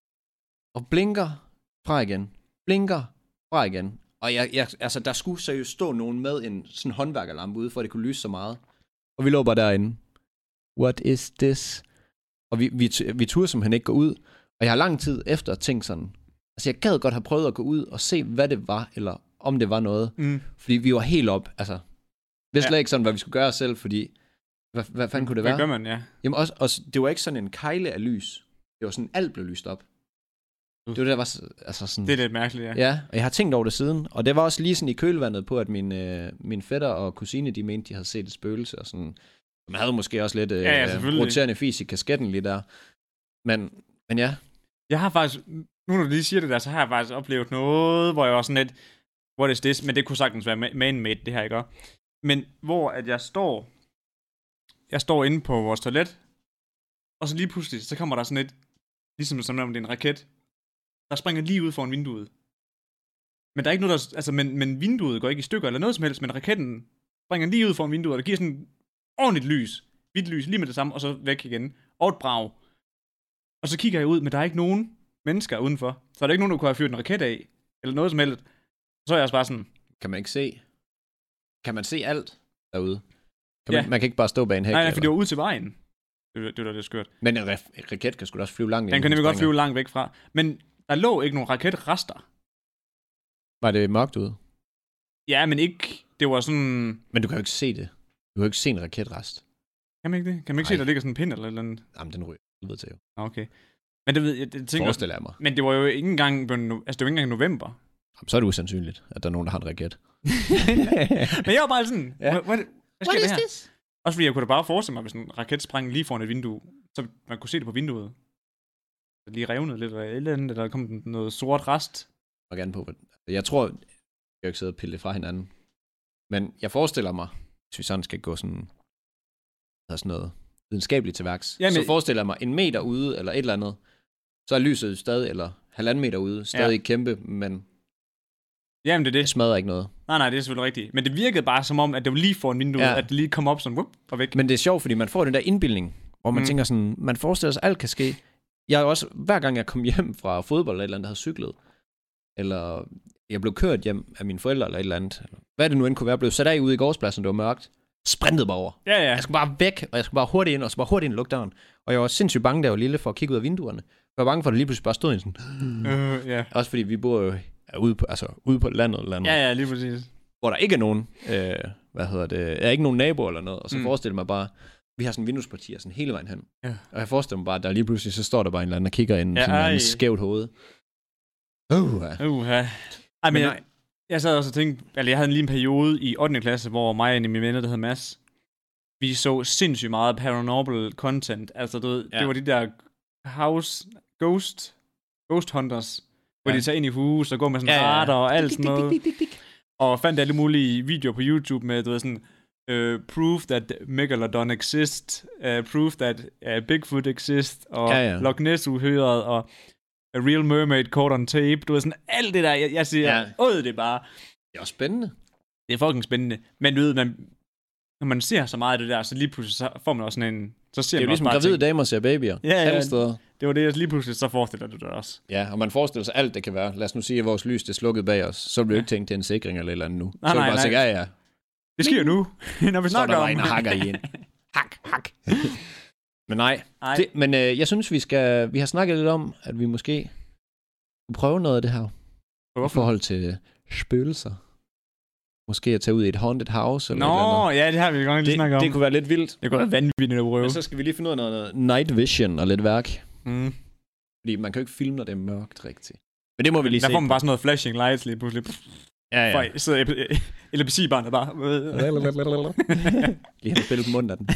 S2: Og blinker fra igen. Blinker fra igen. Og jeg, jeg, altså, der skulle seriøst stå nogen med en sådan håndværkerlampe ude, for at det kunne lyse så meget. Og vi lå bare derinde. What is this? Og vi, vi, vi turde simpelthen ikke gå ud. Og jeg har lang tid efter tænkt sådan, altså jeg gad godt have prøvet at gå ud og se, hvad det var, eller om det var noget.
S1: Mm.
S2: Fordi vi var helt op, altså, vi vidste
S1: Ja.
S2: slet ikke sådan, hvad vi skulle gøre selv, fordi, hvad, hvad fanden kunne det
S1: Hvad
S2: være?
S1: gør man, ja?
S2: Jamen også, også, det var ikke sådan en kejle af lys. Det var sådan, alt blev lyst op. Det var det, der var, s- altså sådan...
S1: Det er lidt mærkeligt, ja.
S2: Ja, og jeg har tænkt over det siden, og det var også lige sådan i kølvandet på, at min, øh, min fætter og kusine, de mente, de havde set et spøgelse, og sådan, man havde måske også lidt øh,
S1: Ja, ja, selvfølgelig.
S2: roterende fis i kasketten lige der. Men, men ja,
S1: Jeg har faktisk nu når du lige siger det der, så har jeg faktisk oplevet noget, hvor jeg var sådan lidt, what is this? Men det kunne sagtens være man-made, det her, ikke? Men hvor at jeg står, jeg står inde på vores toilet, og så lige pludselig, så kommer der sådan et, ligesom som om det er en raket, der springer lige ud foran vinduet. Men der er ikke noget, der, altså, men, men vinduet går ikke i stykker eller noget som helst, men raketten springer lige ud foran vinduet, og det giver sådan ordentligt lys, hvidt lys, lige med det samme, og så væk igen, og et brag. Og så kigger jeg ud, men der er ikke nogen mennesker udenfor, så er der ikke nogen, der kunne have fyret en raket af, eller noget som helst. Så er jeg også bare sådan...
S2: Kan man ikke se? Kan man se alt derude? Kan
S1: ja.
S2: man, man kan ikke bare stå bag en hæk?
S1: Nej, nej, for det var ud til vejen. Det, det var det skørt.
S2: Men en re- raket kan sgu da også flyve langt.
S1: Den kan nemlig godt flyve langt væk fra. Men der lå ikke nogen raketrester.
S2: Var det mørkt ude?
S1: Ja, men ikke... Det var sådan...
S2: Men du kan jo ikke se det. Du kan jo ikke se en raketrest.
S1: Kan man ikke det? Kan man ikke nej. se, der ligger sådan en pind eller eller andet?
S2: Jamen, den ryger. Det ved jeg jo.
S1: Okay. Men det ved jeg... Det tænker,
S2: forestiller jeg mig.
S1: Men det var jo ikke engang... Altså, det var ikke engang november.
S2: Jamen, så er det usandsynligt, at der er nogen, der har en raket.
S1: Men jeg var bare sådan...
S2: Ja.
S1: Hvad, hvad, hvad sker
S2: What
S1: det
S2: is
S1: her?
S2: this?
S1: Også fordi jeg kunne da bare forestille mig, hvis en raket sprang lige foran et vindue, så man kunne se det på vinduet. Så lige revnede lidt, eller et eller andet, eller der kom noget sort rest.
S2: Jeg gerne på, jeg tror, jeg kan ikke sidde og pille det fra hinanden. Men jeg forestiller mig, hvis vi sådan skal gå sådan, sådan noget videnskabeligt til værks, Jamen, så forestiller jeg mig en meter ude, eller et eller andet, så er lyset stadig, eller halvanden meter ude, stadig ja. kæmpe, men
S1: Jamen, det er det.
S2: det smadrer ikke noget.
S1: Nej, nej, det er selvfølgelig rigtigt. Men det virkede bare som om, at det var lige foran vinduet, ja. at det lige kom op sådan, whoop, og væk.
S2: Men det er sjovt, fordi man får den der indbildning, hvor man mm. tænker sådan, man forestiller sig, at alt kan ske. Jeg er også, hver gang jeg kom hjem fra fodbold, eller et eller andet, der havde cyklet, eller jeg blev kørt hjem af mine forældre, eller et eller andet, hvad det nu end kunne være, blev sat af ude i gårdspladsen, det var mørkt, sprintede bare over.
S1: Ja, ja.
S2: Jeg skulle bare væk, og jeg skulle bare hurtigt ind, og så bare hurtigt ind og lukke døren. Og jeg var sindssygt bange, da jeg var lille, for at kigge ud af vinduerne. Jeg var bange for, at det lige pludselig bare stod i sådan.
S1: Uh, yeah.
S2: Også fordi vi bor jo ude på, altså, ude på landet eller andet.
S1: Ja, ja, lige præcis.
S2: Hvor der ikke er nogen, øh, hvad hedder det, er ikke nogen naboer eller noget. Og så mm. forestiller mig bare, vi har sådan vinduespartier sådan hele vejen hen.
S1: Ja. Og
S2: jeg forestiller mig bare, at der lige pludselig, så står der bare en eller anden, der kigger ind, ja, sådan en skævt hoved. Uh, ja.
S1: Uh, ja. Ej, men, men jeg, jeg sad også og tænkte, altså jeg havde lige en periode i ottende klasse, hvor mig og en af mine venner, der hed Mads, vi så sindssygt meget paranormal content. Altså, du ved, ja. det var de der house, ghost, ghost hunters, hvor ja. de tager ind i hus og går med sådan ja, ja. radar og alt sådan noget. Og fandt alle mulige videoer på YouTube med, du ved, sådan, uh, proof that Megalodon exist, uh, proof that uh, Bigfoot exist, og ja, ja. Loch Ness-uhøret, og A Real Mermaid Caught on Tape. Du ved, sådan alt det der, jeg, jeg siger, ja. åh, det er bare...
S2: Det er også spændende.
S1: Det er fucking spændende. Men du ved, man, når man ser så meget af det der, så lige pludselig så får man også sådan en... Så ser
S2: det er jo ligesom gravide damer ser babyer.
S1: Ja, ja, steder. Det var det, jeg lige pludselig så forestiller du det også.
S2: Ja, og man forestiller sig alt, det kan være. Lad os nu sige, at vores lys det er slukket bag os. Så bliver ja. ikke tænkt til en sikring eller et eller andet nu.
S1: Nej,
S2: så
S1: nej,
S2: bare sige, ja, ja.
S1: Det sker nu, når vi snakker om.
S2: Så der var en hakker i en. Hak, hak. Men nej. Det, men øh, jeg synes, vi skal... Vi har snakket lidt om, at vi måske kunne prøve noget af det her. Hvorfor? I forhold til spøgelser. Måske at tage ud i et haunted house eller
S1: Nå,
S2: eller andet.
S1: ja, det har vi godt lige snakket om.
S2: Det kunne være lidt vildt.
S1: Det kunne være vanvittigt at prøve.
S2: Men så skal vi lige finde ud af noget night vision og lidt værk.
S1: Mm.
S2: Fordi man kan jo ikke filme, når det er mørkt rigtigt. Men det må vi lige
S1: der
S2: se.
S1: Der får man bare sådan noget flashing lights lige pludselig.
S2: Ja, ja.
S1: For, så epilepsibarnet bare.
S2: Lige har spillet på munden af den.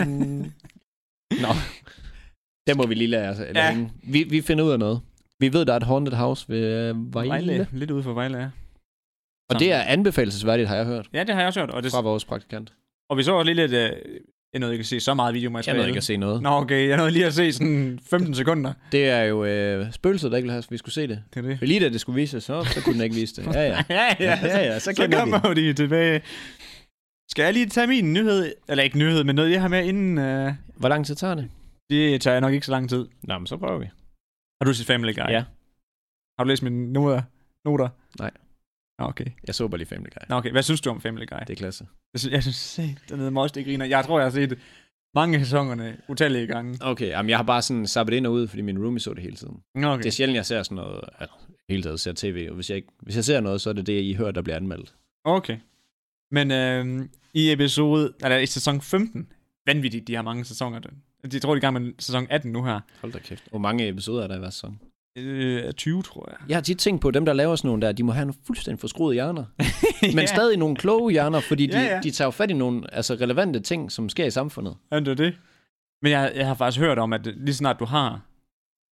S2: Nå. Det må vi lige lade os. Ja. Vi, vi finder ud af noget. Vi ved, der er et haunted house ved uh, Vejle.
S1: Vejle. Lidt ude for Vejle, ja.
S2: Og det er anbefalesværdigt, har jeg hørt.
S1: Ja, det har jeg også hørt. Og det...
S2: Fra vores praktikant.
S1: Og vi så også lige lidt... Uh... Jeg nåede ikke at se så meget videomateriale.
S2: Jeg nåede ikke at se noget.
S1: Nå, okay. Jeg nåede lige at se sådan femten sekunder.
S2: Det er jo øh, spøgelset, der ikke vil have, at vi skulle se det.
S1: Det er det.
S2: For lige da det skulle vise så, så kunne den ikke vise det. Ja, ja.
S1: ja, ja.
S2: ja, ja. Så,
S1: så kommer de tilbage. Skal jeg lige tage min nyhed? Eller ikke nyhed, men noget, jeg har med inden... Uh...
S2: Hvor lang tid tager det?
S1: Det tager nok ikke så lang tid.
S2: Nå, men så prøver vi.
S1: Har du set Family Guy?
S2: Ja.
S1: Har du læst mine noter? noter?
S2: Nej.
S1: Okay.
S2: Jeg så bare lige Family Guy.
S1: Nå, okay. Hvad synes du om Family Guy?
S2: Det er klasse.
S1: Jeg synes, jeg synes den hedder Most, det griner. Jeg tror, jeg har set mange sæsonerne utallige gange.
S2: Okay, jamen jeg har bare sådan sappet ind og ud, fordi min roomie så det hele tiden.
S1: Okay.
S2: Det er sjældent, jeg ser sådan noget, altså hele tiden ser tv, og hvis jeg, ikke, hvis jeg ser noget, så er det det, I hører, der bliver anmeldt.
S1: Okay. Men øh, i episode, eller i sæson femten, vanvittigt, de har mange sæsoner. De tror, de er i gang med sæson atten nu her.
S2: Hold da kæft. Hvor mange episoder er der i hver sæson?
S1: Øh, tyve, tror jeg.
S2: Jeg har tit tænkt på, dem der laver sådan nogle der, de må have nogle fuldstændig forskruede hjerner. ja. Men stadig nogle kloge hjerner, fordi de, ja, ja. de tager jo fat i nogle altså, relevante ting, som sker i samfundet.
S1: Ja, det er det. Men jeg, jeg har faktisk hørt om, at lige snart du har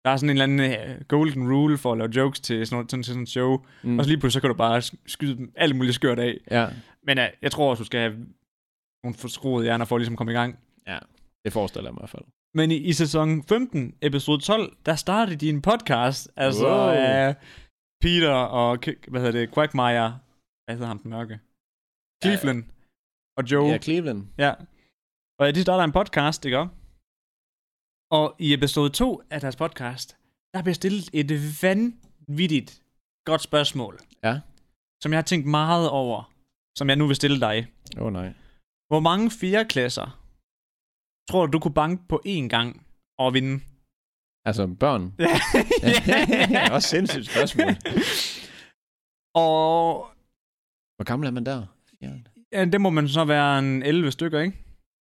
S1: der er sådan en eller anden uh, golden rule for at lave jokes til sådan, sådan, sådan et show. Mm. Og så lige pludselig, så kan du bare skyde dem alt muligt skørt af.
S2: Ja.
S1: Men uh, jeg tror også, du skal have nogle forskruede hjerner for at ligesom komme i gang.
S2: Ja, det forestiller jeg mig i hvert fald.
S1: Men i, i sæson femten, episode tolv, der startede de en podcast. Altså
S2: wow.
S1: uh, Peter og, hvad hedder det, Quagmire. Hvad hedder ham den mørke? Cleveland. Ja. Og Joe.
S2: Ja, Cleveland.
S1: Ja. Og de starter en podcast, ikke? Og i episode to af deres podcast, der bliver stillet et vanvittigt godt spørgsmål.
S2: Ja.
S1: Som jeg har tænkt meget over, som jeg nu vil stille dig.
S2: Åh oh, nej.
S1: Hvor mange fjerdeklasser tror du, du kunne banke på én gang og vinde?
S2: Altså børn? Ja. Det er også sindssygt spørgsmål.
S1: Og...
S2: Hvor gammel er man der? Ja.
S1: Ja, det må man så være en elleve stykker, ikke?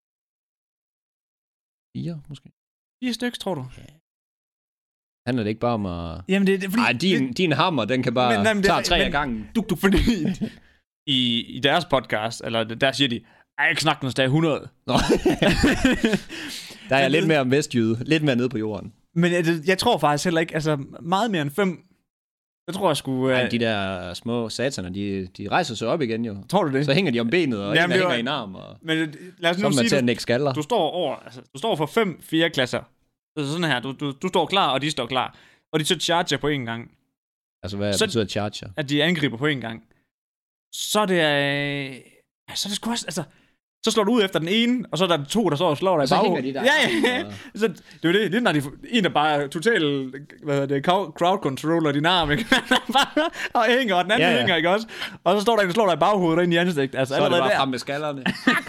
S2: Fire, måske.
S1: Fire stykker, tror du?
S2: Ja. Handler det ikke bare om at...
S1: Jamen, det, det fordi...
S2: Ej, din, det... din hammer, den kan bare men, jamen, tage tre af gangen.
S1: Du, du, fordi... I, I deres podcast, eller der siger de, ej, jeg kan snakke hundrede.
S2: Nå. Der er jeg lidt mere vestjyde. Lidt mere nede på jorden.
S1: Men jeg, jeg tror faktisk heller ikke, altså meget mere end fem. Jeg tror, jeg skulle...
S2: Ej, de der små sataner, de, de rejser sig op igen jo.
S1: Tror du det?
S2: Så hænger de om benet, og
S1: jamen,
S2: en der
S1: var...
S2: hænger i en arm. Og...
S1: Men lad os nu sige,
S2: til at nikke skaller.
S1: Du står over, altså, du står for fem fjerde klasser. Så sådan her, du, du, du står klar, og de står klar. Og de så charger på en gang.
S2: Altså, hvad så, betyder charger?
S1: At de angriber på en gang. Så er det... Øh... Ja, så er det sgu også... Altså, så slår du ud efter den ene, og så er der to, der står og slår dig i
S2: baghånden. Og så hænger de der.
S1: Ja, ja. Så det er jo det. Det er, når de, en, der bare totalt, hvad hedder det, crowd controller din arm, ikke? og hænger, og den anden ja, ja. hænger, ikke også? Og så står der en, der slår dig i baghovedet og ind i ansigt. Altså,
S2: så er det bare
S1: der.
S2: frem med skallerne.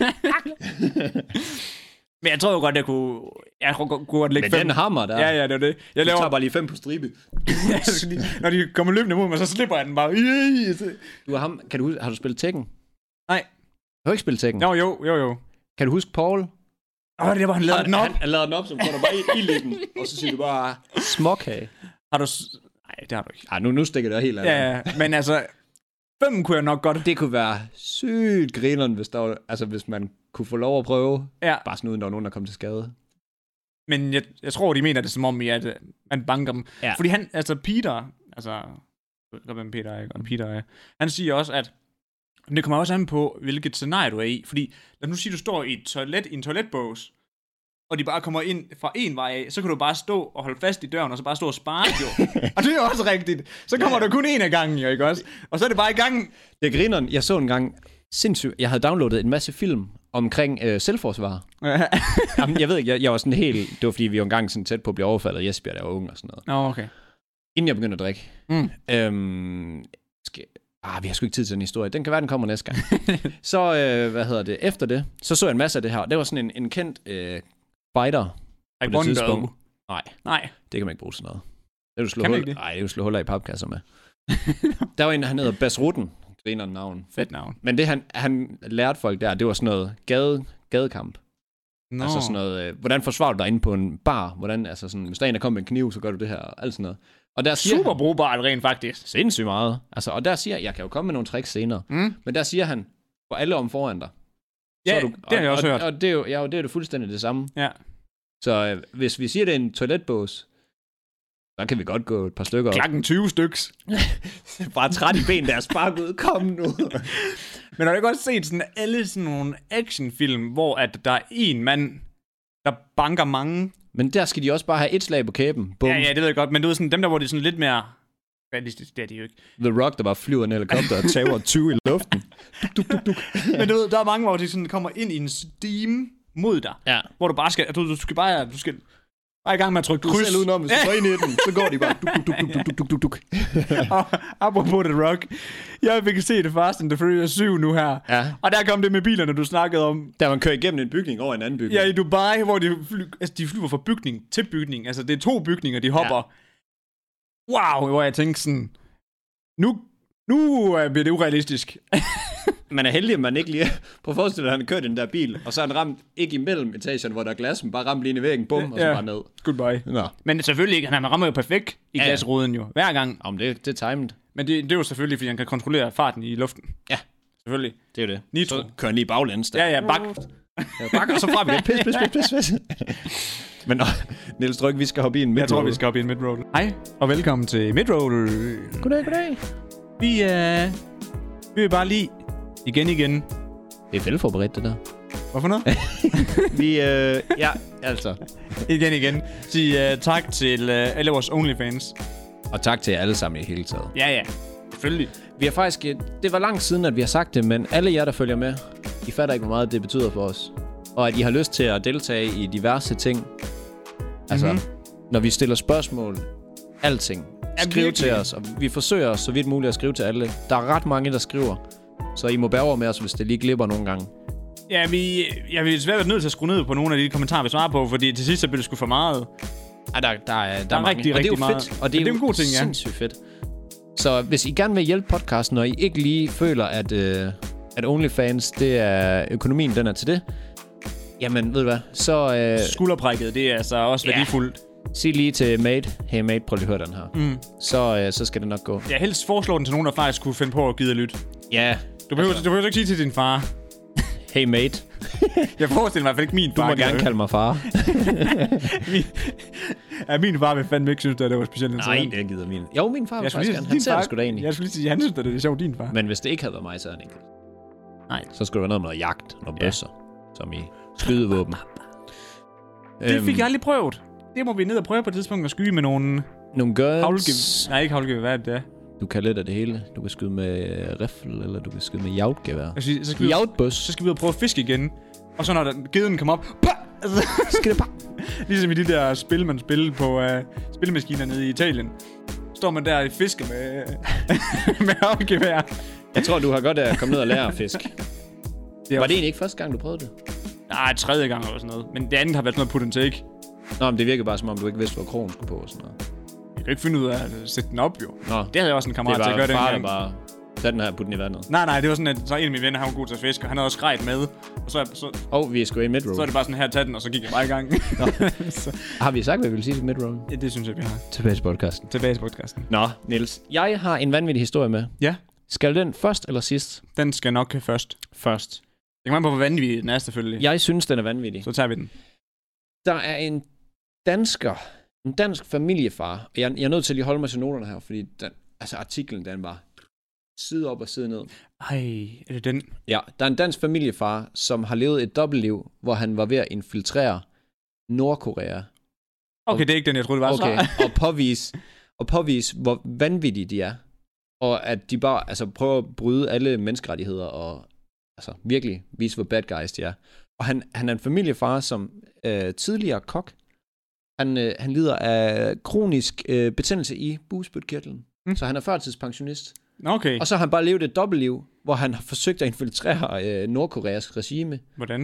S1: Men jeg tror jo godt, jeg kunne... Jeg kunne godt lægge
S2: med
S1: fem.
S2: den hammer der.
S1: Ja, ja, det er det. Jeg
S2: laver... tager bare lige fem på stribe.
S1: Når de kommer løbende mod mig, så slipper jeg den bare.
S2: Du har, ham... kan du, har du spillet Tekken?
S1: Nej.
S2: Har du ikke spillet Tekken?
S1: Jo, jo, jo, jo.
S2: Kan du huske Paul?
S1: Åh, oh, det var han lavede den op.
S2: Han, han lavede den op, så går der bare i, i lidt og så siger du bare småkage.
S1: Har du... Nej, det har du ikke.
S2: Ej, nu, nu stikker det helt af.
S1: Ja, ja, men altså... Fem kunne jeg nok godt.
S2: Det kunne være sygt grineren, hvis, der var, altså, hvis man kunne få lov at prøve. Ja. Bare sådan uden, der var nogen, der kom til skade.
S1: Men jeg, jeg tror, de mener det som om, at man banker dem. Ja. Fordi han, altså Peter, altså... Jeg ved ikke, hvem Peter er, og Peter er. Han siger også, at det kommer også an på, hvilket scenarie du er i. Fordi, lad nu sige, du står i et toilet, i en toiletbås, og de bare kommer ind fra en vej af, så kan du bare stå og holde fast i døren, og så bare stå og sparke, jo. Og det er jo også rigtigt. Så kommer ja. du kun en af gangen, jo, ikke også? Og så er det bare i gang.
S2: Det er grineren. Jeg så en gang, sindssygt, jeg havde downloadet en masse film omkring øh, selvforsvar. Jamen, jeg ved ikke, jeg, jeg var sådan helt, det var fordi, vi var en gang sådan tæt på at blive overfaldet af Jesper, der var ung og sådan noget.
S1: Nå, oh, okay.
S2: Inden jeg begyndte at drikke. Mm. Øhm, skal, ah, vi har sgu ikke tid til den historie. Den kan være, den kommer næste gang. Så, øh, hvad hedder det, efter det, så så jeg en masse af det her. Det var sådan en, en kendt øh, fighter
S1: på det tidspunkt.
S2: Nej,
S1: Nej,
S2: det kan man ikke bruge sådan noget. Det er du slå hul... det? Nej, det er du slå huller i papkasser med. Der var en, han hedder Bas Rutten. Griner navn.
S1: Fedt navn.
S2: Men det, han, han lærte folk der, det var sådan noget gade, gadekamp.
S1: No.
S2: Altså sådan noget, øh, hvordan forsvarer du dig inde på en bar? Hvordan, altså sådan, hvis der er en, der kommer med en kniv, så gør du det her, og alt sådan noget. Og der siger
S1: super brugbart rent faktisk.
S2: Sindssygt meget. Altså, og der siger, jeg kan jo komme med nogle tricks senere, mm. men der siger han, for alle om foran dig.
S1: Ja,
S2: så du,
S1: det har jeg også
S2: og,
S1: hørt.
S2: Og, og det er jo, ja, det er jo fuldstændig det samme.
S1: Ja.
S2: Så øh, hvis vi siger, det er en toiletbås, så kan vi godt gå et par stykker op.
S1: Klokken tyve styks.
S2: Bare træt i ben, der er spark ud. Kom nu.
S1: Men har du ikke også set sådan alle sådan nogle actionfilm, hvor at der er en mand, der banker mange?
S2: Men der skal de også bare have et slag på kæben. Bum.
S1: Ja, ja, det ved jeg godt. Men du ved sådan, dem der, hvor de er sådan lidt mere... realistisk, det er de jo ikke.
S2: The Rock, der bare flyver en helikopter og tager tyve i luften. Duk, duk, duk.
S1: Men du ved, der er mange, hvor de sådan kommer ind i en steam mod dig.
S2: Ja. Hvor du bare skal...
S1: Du, du skal bare... Du skal bare i gang med at trykke
S2: kryds. Du selv udenom, hvis du går ind i den, så går de bare duk, duk, duk, duk, duk, duk, duk.
S1: Og apropos The Rock, jeg fik se det Fast and the Furious syv nu her.
S2: Ja.
S1: Og der kom det med bilerne, du snakkede om.
S2: Der man kører igennem en bygning over en anden bygning.
S1: Ja, i Dubai, hvor de, fly, altså, de flyver fra bygning til bygning. Altså, det er to bygninger, de hopper. Ja. Wow, hvor jeg tænkte sådan, nu, nu bliver det urealistisk.
S2: Man er heldig, at man ikke lige... Prøv at forestille dig, at han kørt den der bil, og så er han ramt ikke imellem etagen, hvor der er glas, men bare ramt lige ind i væggen, bum, og så ja. bare ned.
S1: Goodbye.
S2: Nå.
S1: Men selvfølgelig ikke, han rammer jo perfekt i ja. glasruden jo, hver gang.
S2: Om det, det er timed.
S1: Men det, det er jo selvfølgelig, fordi han kan kontrollere farten i luften.
S2: Ja.
S1: Selvfølgelig.
S2: Det er jo det.
S1: Nitro.
S2: Så kører han lige baglæns der.
S1: Ja, ja, bak.
S2: Bakker så frem igen. Pis, pis, pis, pis, pis. Men nå, Niels, tror ikke, vi skal hoppe i en midroll?
S1: Jeg tror, vi skal hoppe i en midroll. Hej, og velkommen til midroll.
S2: Goddag, goddag.
S1: Vi, øh, vi vil bare lige igen igen.
S2: Det er velforberedt, det der.
S1: Hvorfor noget?
S2: vi, øh, ja, altså.
S1: igen igen. Sige uh, tak til uh, alle vores OnlyFans.
S2: Og tak til alle sammen i hele taget.
S1: Ja, ja. Selvfølgelig.
S2: Vi har faktisk, det var lang siden, at vi har sagt det, men alle jer, der følger med, I fatter ikke, hvor meget det betyder for os. Og at I har lyst til at deltage i diverse ting. Altså, mm-hmm. når vi stiller spørgsmål, alting. Skriv ja, til os, og vi forsøger så vidt muligt at skrive til alle. Der er ret mange, der skriver, så I må bære over med os, hvis det lige glipper nogle gange.
S1: Ja, vi, jeg vil desværre være nødt til at skrue ned på nogle af de kommentarer, vi svarer på, fordi til sidst så bliver det sgu for meget.
S2: Ja, der, der, er, der,
S1: der er, er rigtig, rigtig meget.
S2: Og det er jo fedt, og det er,
S1: det er en god ting, ja.
S2: Sindssygt fedt. Så hvis I gerne vil hjælpe podcasten, og I ikke lige føler, at, øh, at OnlyFans, det er økonomien, den er til det, jamen, ved du hvad, så... Øh,
S1: Skulderprikket, det er altså også ja. værdifuldt.
S2: Sig lige til mate, hey mate, prøv lige at høre den her. Mm. Så, øh, så skal det nok gå.
S1: Ja, helst foreslå den til nogen, der faktisk kunne finde på at give lytte.
S2: Ja.
S1: Du behøver, altså. du behøver ikke sige til din far.
S2: Hey mate.
S1: Jeg forestiller mig i hvert fald ikke min far.
S2: Du må gerne kalde mig far.
S1: min, ja, min far vil fandme ikke synes, at det var specielt interessant.
S2: Nej, det gider min. Jo, min far vil faktisk gerne. Han ser det sgu da egentlig.
S1: Jeg skulle lige sige, at han synes, at det er sjovt, din far.
S2: Men hvis det ikke havde været mig, så er han ikke.
S1: Nej.
S2: Så skulle det være noget med noget jagt, nogle ja. bøsser, som i skydevåben.
S1: Det fik jeg aldrig prøvet. Det må vi ned og prøve på et tidspunkt at skyde med nogle...
S2: Nogle guns.
S1: Havlge... Nej, ikke havlgevær. Hvad er det der?
S2: Du kan lidt af det hele. Du kan skyde med riffel, eller du kan skyde med jagtgevær.
S1: Så skal, vi, så skal vi ud og prøve at fiske igen. Og så når den geden kommer op... Pah! Altså, skal det bare... Ligesom i de der spil, man spiller på uh, spilmaskiner nede i Italien. Står man der i fiske med, med havlgevær.
S2: Jeg tror, du har godt at komme ned og lære at fiske. Det var det egentlig ikke første gang, du prøvede det?
S1: Nej, tredje gang eller sådan noget. Men det andet har været sådan noget put and take.
S2: Nå, men det virker bare som om, du ikke vidste, hvor krogen skulle på og sådan noget.
S1: Jeg kan ikke finde ud af at sætte den op, jo.
S2: Nå.
S1: Det havde jeg også en kammerat til at gøre den gang.
S2: Det var bare sæt den her og putte den i vandet.
S1: Nej, nej, det var sådan, at så en af mine venner, han var god til at fiske, og han havde også skrejet med. Og så... så
S2: oh, vi er sgu i midroll.
S1: Så er det bare sådan her, tag den, og så gik jeg bare i gang.
S2: Har vi sagt, hvad vi vil sige til midroll?
S1: Ja, det synes jeg, vi har.
S2: Tilbage til podcasten.
S1: Tilbage til podcasten.
S2: Nå, Niels. Jeg har en vanvittig historie med.
S1: Ja.
S2: Skal den først eller sidst?
S1: Den skal nok først.
S2: Først.
S1: Jeg kan man på, hvor vanvittig den er, selvfølgelig.
S2: Jeg synes, den er vanvittig.
S1: Så tager vi den.
S2: Der er en dansker, en dansk familiefar. Jeg, jeg er nødt til at lige holde mig til noterne her, fordi den, altså artiklen, den var side op og side ned.
S1: Ej, er det den?
S2: Ja, der er en dansk familiefar, som har levet et dobbeltliv, hvor han var ved at infiltrere Nordkorea.
S1: Okay, og, det er ikke den, jeg troede, det var
S2: okay,
S1: så.
S2: og påvise, og påvise, hvor vanvittige de er. Og at de bare altså, prøver at bryde alle menneskerettigheder og altså, virkelig vise, hvor bad guys de er. Og han, han er en familiefar, som øh, tidligere kok. Han, øh, han lider af kronisk øh, betændelse i bugspytkirtlen. Mm. Så han er førtidspensionist.
S1: Okay.
S2: Og så har han bare levet et dobbeltliv, hvor han har forsøgt at infiltrere øh, Nordkoreas regime.
S1: Hvordan?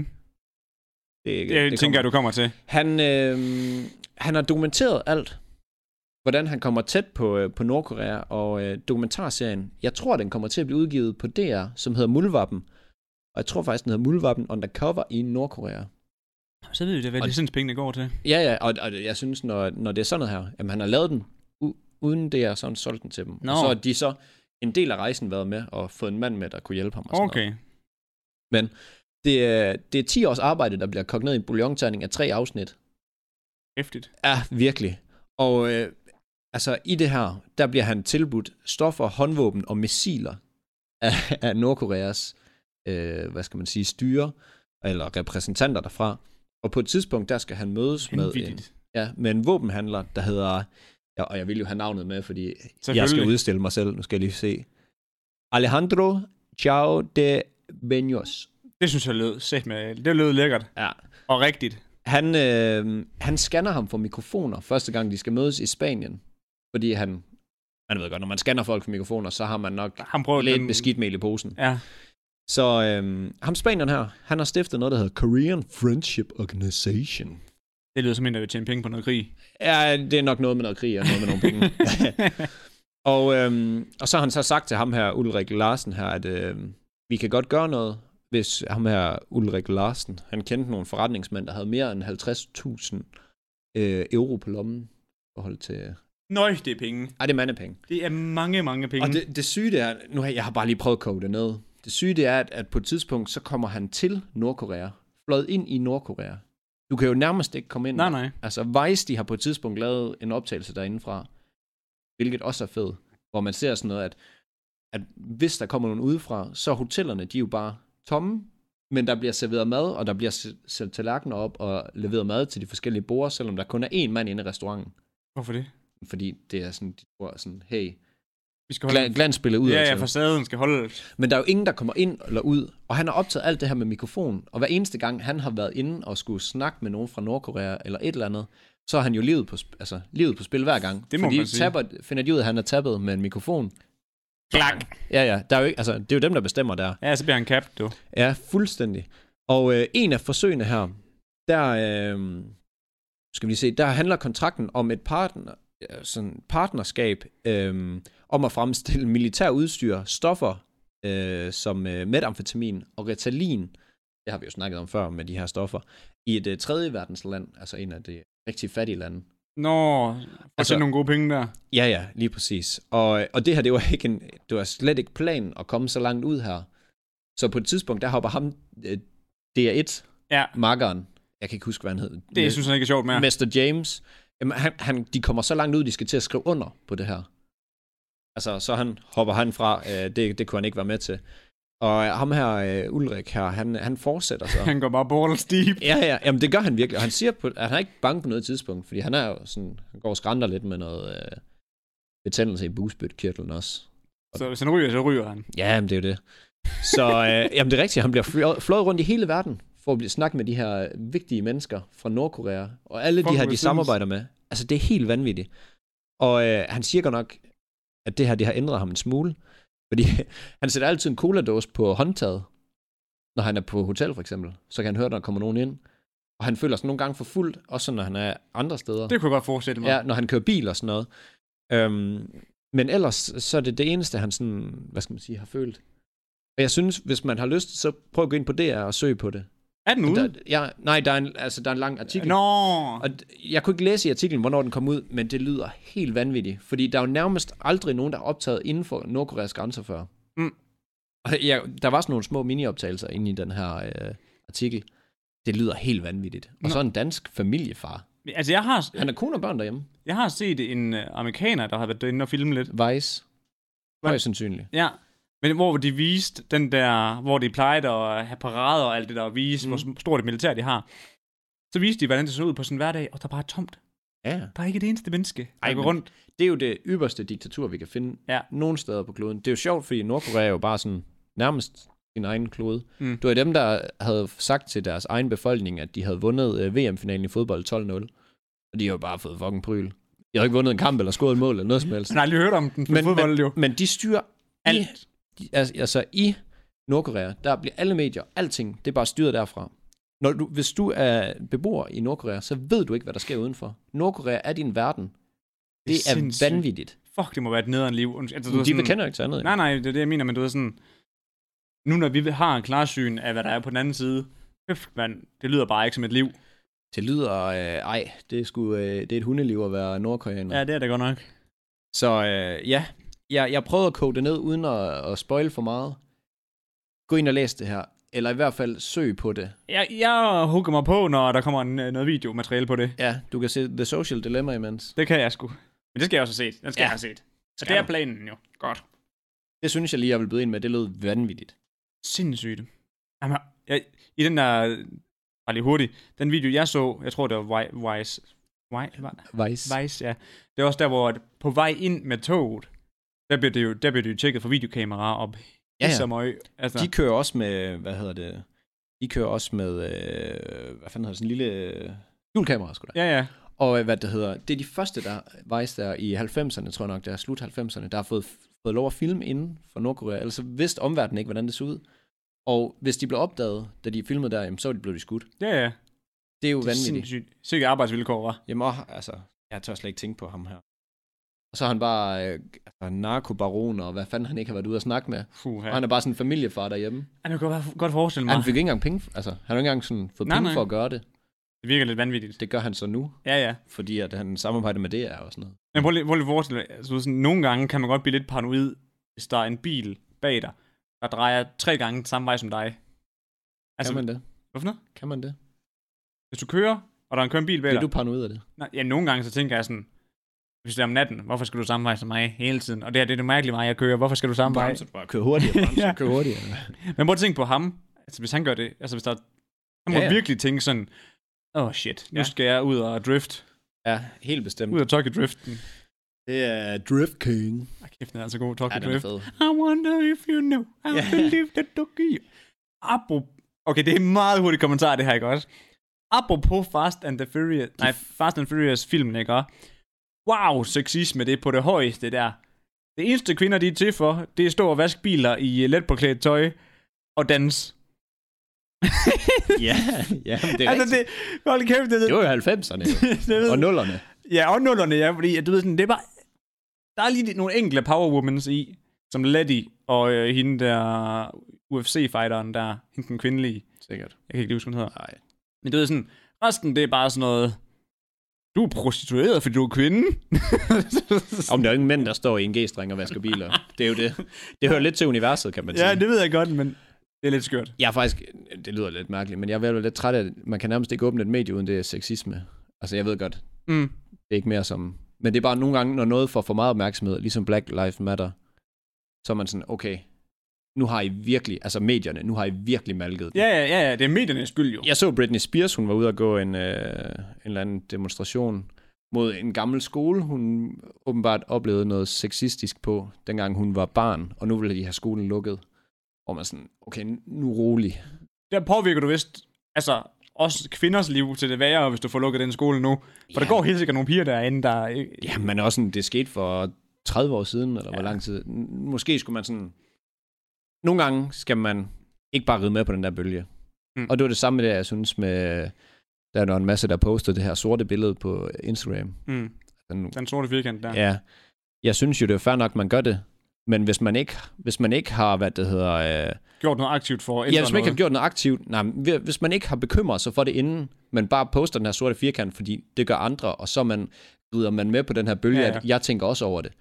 S2: Det,
S1: det, det tænker jeg, du kommer til.
S2: Han, øh, han har dokumenteret alt. Hvordan han kommer tæt på, øh, på Nordkorea. Og øh, dokumentarserien, jeg tror, den kommer til at blive udgivet på D R, som hedder Muldvarpen. Og jeg tror faktisk, den hedder Muldvarpen Undercover i Nordkorea.
S1: Så ved vi det, hvad licenspengene går til.
S2: Ja, ja, og, og jeg synes, når, når det er sådan noget her, jamen han har lavet den u- uden det, og så solgt den til dem. No. Og så har de så en del af rejsen været med, og fået en mand med, der kunne hjælpe ham. Og sådan
S1: okay.
S2: Noget. Men det er, det er ti års arbejde, der bliver kogt ned i en bouillonterning af tre afsnit.
S1: Hæftigt.
S2: Ja, virkelig. Og øh, altså i det her, der bliver han tilbudt stoffer, håndvåben og missiler af, af Nordkoreas, øh, hvad skal man sige, styre, eller repræsentanter derfra. Og på et tidspunkt, der skal han mødes med en, ja, med en våbenhandler, der hedder, ja, og jeg vil jo have navnet med, fordi jeg skal udstille mig selv, nu skal jeg lige se. Alejandro Chao de Beños.
S1: Det synes jeg lød, sæt med, det lød lækkert.
S2: Ja.
S1: Og rigtigt.
S2: Han, øh, han scanner ham for mikrofoner, første gang de skal mødes i Spanien. Fordi han, man ved godt, når man scanner folk for mikrofoner, så har man nok lidt den... beskidt mel i posen.
S1: Ja.
S2: Så øhm, ham spanieren her, han har stiftet noget, der hedder Korean Friendship Organization.
S1: Det lyder som en, der vil tjene penge på noget krig.
S2: Ja, det er nok noget med noget krig og noget med nogle penge. og, øhm, og så har han så sagt til ham her, Ulrik Larsen her, at øhm, vi kan godt gøre noget, hvis ham her, Ulrik Larsen, han kendte nogle forretningsmænd, der havde mere end halvtreds tusind øh, euro på lommen i forhold til...
S1: Nøj, det er penge.
S2: Ej, det er mandepenge.
S1: Det er mange, mange penge.
S2: Og det, det syge det er, nu har jeg har bare lige prøvet at koge det ned. Det syge det er, at, at på et tidspunkt, så kommer han til Nordkorea fløjet ind i Nordkorea. Du kan jo nærmest ikke komme ind.
S1: Nej, nej.
S2: Altså, Vice, de har på et tidspunkt lavet en optagelse derindefra, hvilket også er fedt, hvor man ser sådan noget, at, at hvis der kommer nogen udefra, så hotellerne, de er jo bare tomme, men der bliver serveret mad, og der bliver sendt tallerkener op og leveret mad til de forskellige borde, selvom der kun er én mand inde i restauranten.
S1: Hvorfor det?
S2: Fordi det er sådan, de tror sådan, hey,
S1: vi skal holde...
S2: gla- glansbilledet ud.
S1: Ja, ja, facaden skal holde.
S2: Men der er jo ingen, der kommer ind eller ud, og han har optaget alt det her med mikrofon, og hver eneste gang, han har været inde og skulle snakke med nogen fra Nordkorea eller et eller andet, så har han jo livet på, sp- altså, livet på spil hver gang.
S1: Det må
S2: fordi
S1: man sige.
S2: Tapper, finder de ud af, at han er tappet med en mikrofon.
S1: Klak!
S2: Ja, ja, der er jo ikke, altså, det er jo dem, der bestemmer der.
S1: Ja, så bliver han capped, du.
S2: Ja, fuldstændig. Og øh, en af forsøgene her, der, øh, skal vi lige se, der handler kontrakten om et partner, sådan partnerskab, øh, om at fremstille militær udstyr, stoffer, øh, som øh, metamfetamin og Ritalin, det har vi jo snakket om før med de her stoffer, i et øh, tredje verdensland, altså en af de rigtig fattige lande.
S1: Nå, for altså, at nogle gode penge der.
S2: Ja, ja, lige præcis. Og, og det her, det var, ikke en, det var slet ikke planen at komme så langt ud her. Så på et tidspunkt, der hopper ham, øh, D R et,
S1: ja.
S2: makkeren, jeg kan ikke huske, hvad han hed.
S1: Det jeg synes jeg ikke er sjovt mere.
S2: mister James, jamen, han, han, de kommer så langt ud, de skal til at skrive under på det her. Altså, så han hopper han fra, øh, det, det kunne han ikke være med til. Og ham her, øh, Ulrik her, han, han fortsætter så.
S1: Han går bare balls deep.
S2: Ja, ja, jamen det gør han virkelig. Og han siger, på, at han er ikke bange på noget tidspunkt, fordi han er jo sådan, han går og skrænter lidt med noget øh, betændelse i bugspytkirtlen også.
S1: Så hvis han ryger, så ryger han.
S2: Ja, jamen det er jo det. Så øh, jamen det er rigtigt, han bliver fløjet rundt i hele verden, for at blive snakke med de her vigtige mennesker fra Nordkorea, og alle Folk de her, de samarbejder med. Altså det er helt vanvittigt. Og øh, han siger godt nok, at det her, det har ændret ham en smule. Fordi han sætter altid en cola-dåse på håndtaget, når han er på hotel for eksempel. Så kan han høre, at der kommer nogen ind. Og han føler sig nogle gange for fuldt, også når han er andre steder.
S1: Det kunne jeg godt forestille mig.
S2: Ja, når han kører bil og sådan noget. Øhm, men ellers, så er det det eneste, han sådan, hvad skal man sige, har følt. Og jeg synes, hvis man har lyst, så prøv at gå ind på D R og søge på det.
S1: Er den ude?
S2: Der, ja, nej, der er, en, altså, der er en lang artikel.
S1: Nå!
S2: Og jeg kunne ikke læse i artiklen, hvornår den kom ud, men det lyder helt vanvittigt. Fordi der er jo nærmest aldrig nogen, der er optaget inden for Nordkoreas grænser før.
S1: Mm.
S2: Og ja, der var sådan nogle små mini-optagelser inde i den her øh, artikel. Det lyder helt vanvittigt. Og Nå. så en dansk familiefar.
S1: Altså, jeg har...
S2: Han er kone og børn derhjemme.
S1: Jeg har set en uh, amerikaner, der har været inde og filme lidt.
S2: Vice. Højst sandsynligt.
S1: Ja. Men hvor de viste den der, hvor de plejede at have parader og alt det der, og vise, mm. hvor stort et militær de har. Så viste de, hvordan det så ud på sådan en hverdag, og der er bare tomt.
S2: Ja.
S1: Der er ikke det eneste menneske, der
S2: Ej,
S1: går rundt.
S2: Det er jo det ypperste diktatur, vi kan finde ja. nogen steder på kloden. Det er jo sjovt, fordi Nordkorea er jo bare sådan nærmest sin egen klode. Mm. Det var dem, der havde sagt til deres egen befolkning, at de havde vundet uh, V M-finalen i fodbold tolv nul. Og de har jo bare fået fucking pryl. De har ikke vundet en kamp eller scoret et mål eller noget som helst.
S1: Jeg har aldrig hørt om den
S2: men,
S1: fodbold,
S2: men,
S1: jo.
S2: Men de styrer
S1: alt.
S2: I, de, altså, altså i Nordkorea, der bliver alle medier, alting, det er bare styret derfra. Når du, hvis du er beboer i Nordkorea, så ved du ikke, hvad der sker udenfor. Nordkorea er din verden. Det, det er, er
S1: sindssygt.
S2: vanvittigt.
S1: Fuck, det må være et nederen liv. Altså, du
S2: de sådan, kender ikke til andet.
S1: Nej, nej, det er det, jeg mener, men du er sådan... Nu når vi har en klarsyn af, hvad der er på den anden side, høft, man, det lyder bare ikke som et liv.
S2: Det lyder, øh, ej, det er, sgu, øh, det er et hundeliv at være nordkoreaner.
S1: Ja, det er det godt nok.
S2: Så øh, ja, jeg, jeg prøvede at koge det ned, uden at, at spoil for meget. Gå ind og læs det her. Eller i hvert fald søg på det.
S1: Jeg, jeg hugger mig på, når der kommer en, noget videomateriale på det.
S2: Ja, du kan se The Social Dilemma imens.
S1: Det kan jeg sgu. Men det skal jeg også have set. Den skal ja. jeg have set. Så det er du. Planen jo. Godt.
S2: Det synes jeg lige, jeg vil byde ind med. Det lød vanvittigt.
S1: Sindssygt. Jamen, jeg, i den der... Bare lige hurtigt. Den video, jeg så, jeg tror, det var Vice.
S2: Vice.
S1: Vice, ja. Det er også der, hvor på vej ind med toget, der bliver det jo, der bliver det jo tjekket for videokameraer op.
S2: Ja, ja.
S1: Møg, altså.
S2: De kører også med, hvad hedder det, de kører også med, øh, hvad fanden hedder det, sådan en lille øh, skjulkamera, sgu da.
S1: Ja, ja.
S2: Og hvad det hedder, det er de første, der Vice der i halvfemserne, tror jeg nok, der er slut halvfemserne, der har fået, fået lov at filme inden for Nordkorea, ellers vidste omverdenen ikke, hvordan det så ud. Og hvis de blev opdaget, da de filmede der, jamen, så var de blevet skudt.
S1: Ja, ja.
S2: Det er jo det er vanvittigt.
S1: Sikke arbejdsvilkår, var.
S2: Jamen, og, altså, jeg tør slet ikke tænke på ham her. Og så har han bare øh, altså, narkobaron, og hvad fanden han ikke har været ude at snakke med.
S1: Fuh,
S2: og han er bare sådan en familiefar derhjemme.
S1: Han kan godt, godt forestille mig.
S2: Han fik ikke engang penge, altså, han har ikke engang sådan fået nej, penge nej. for at gøre det.
S1: Det virker lidt vanvittigt.
S2: Det gør han så nu.
S1: Ja, ja.
S2: Fordi at han samarbejder med det er og sådan noget.
S1: Men prøv lige, prøv lige at forestille dig, altså, sådan, nogle gange kan man godt blive lidt paranoid, hvis der er en bil bag dig, der drejer tre gange samme vej som dig. Altså,
S2: kan man det?
S1: Hvorfor noget?
S2: Kan man det?
S1: Hvis du kører, og der er en kører en bil bag
S2: Bliver
S1: dig.
S2: du paranoid af det?
S1: Nej, ja, nogle gange så tænker jeg sådan, hvis det er om natten, hvorfor skal du samme vej som mig hele tiden? Og det er det, er det mærkelige vej, jeg kører. Hvorfor skal du samme vej?
S2: Bremser bare. Kør hurtigere, bremser,
S1: Ja.
S2: kør hurtigere.
S1: Men prøv at tænke på ham. Altså, hvis han gør det, altså hvis der, han må
S2: Ja, ja.
S1: virkelig tænke sådan, åh oh shit, nu
S2: Ja.
S1: skal jeg ud og drift.
S2: Ja, helt bestemt.
S1: Ud og Tokyo driften.
S2: Det er Drift King.
S1: Ah, kæft, den er altså god, Tokyo
S2: Ja, den er
S1: drift.
S2: fed.
S1: I wonder if you know, I
S2: Ja.
S1: believe that Tokyo. Apropos, okay, det er en meget hurtig kommentar, det her, ikke også? Apropos Fast and the Furious, nej, Fast and Furious filmen, ikke også? Wow, sexisme, det er på det højeste der. Det eneste kvinder, de er til for, det er at stå og vaske biler i let påklædt tøj og dans.
S2: Ja, ja, men det er
S1: Altså
S2: rigtigt.
S1: det, hold kæft, det,
S2: Det var jo halvfemserne
S1: det ved-
S2: og nullerne.
S1: Ja, og nullerne, ja, fordi du ved sådan, det er bare, der er lige nogle enkelte powerwomans i, som Letty og øh, hende der U F C-fighteren der, hende den kvindelige,
S2: Sikkert.
S1: jeg kan ikke lige huske, hvad hun hedder.
S2: Nej.
S1: Men du ved sådan, resten det er bare sådan noget, du er prostitueret, fordi du er kvinde.
S2: Om der er jo ingen mænd, der står i en G-streng og vasker biler. Det er jo det. Det hører lidt til universet, kan man sige.
S1: Ja, det ved jeg godt, men det er lidt skørt.
S2: Jeg er faktisk, det lyder lidt mærkeligt, men jeg er lidt træt af, at man kan nærmest ikke åbne et medie, uden det er sexisme. Altså, jeg ved godt,
S1: Mm.
S2: det er ikke mere som... Men det er bare nogle gange, når noget får for meget opmærksomhed, ligesom Black Lives Matter, så er man sådan, okay, nu har I virkelig, altså medierne, nu har I virkelig malket det.
S1: Ja, ja, ja, ja, det er mediernes skyld jo.
S2: Jeg så Britney Spears, hun var ude og gå en, øh, en eller anden demonstration mod en gammel skole. Hun åbenbart oplevede noget sexistisk på, dengang hun var barn, og nu ville de have skolen lukket. Og man sådan, okay, nu rolig.
S1: Der påvirker du vist, altså, også kvinders liv til det værre, hvis du får lukket den skole nu. For
S2: Ja.
S1: der går helt sikkert nogle piger derinde, der... ikke-
S2: Ja, men også sådan, det skete for tredive år siden, eller ja. hvor lang tid. Måske skulle man sådan... Nogle gange skal man ikke bare ride med på den der bølge.
S1: Mm.
S2: Og det var det samme med det, jeg synes med... Der er der en masse, der postede det her sorte billede på Instagram.
S1: Mm.
S2: Den,
S1: Den sorte firkant der.
S2: ja. Jeg synes jo, det er fair nok, man gør det. Men hvis man ikke, hvis man ikke har, hvad det hedder... Øh,
S1: Gjort noget aktivt for at ændre
S2: ja, hvis man ikke
S1: noget.
S2: har gjort noget aktivt... Nej, men hvis man ikke har bekymret sig for det inden, men bare poster den her sorte firkant, fordi det gør andre, og så man, rider man med på den her bølge,
S1: Ja,
S2: ja,
S1: ja.
S2: at jeg tænker også over det.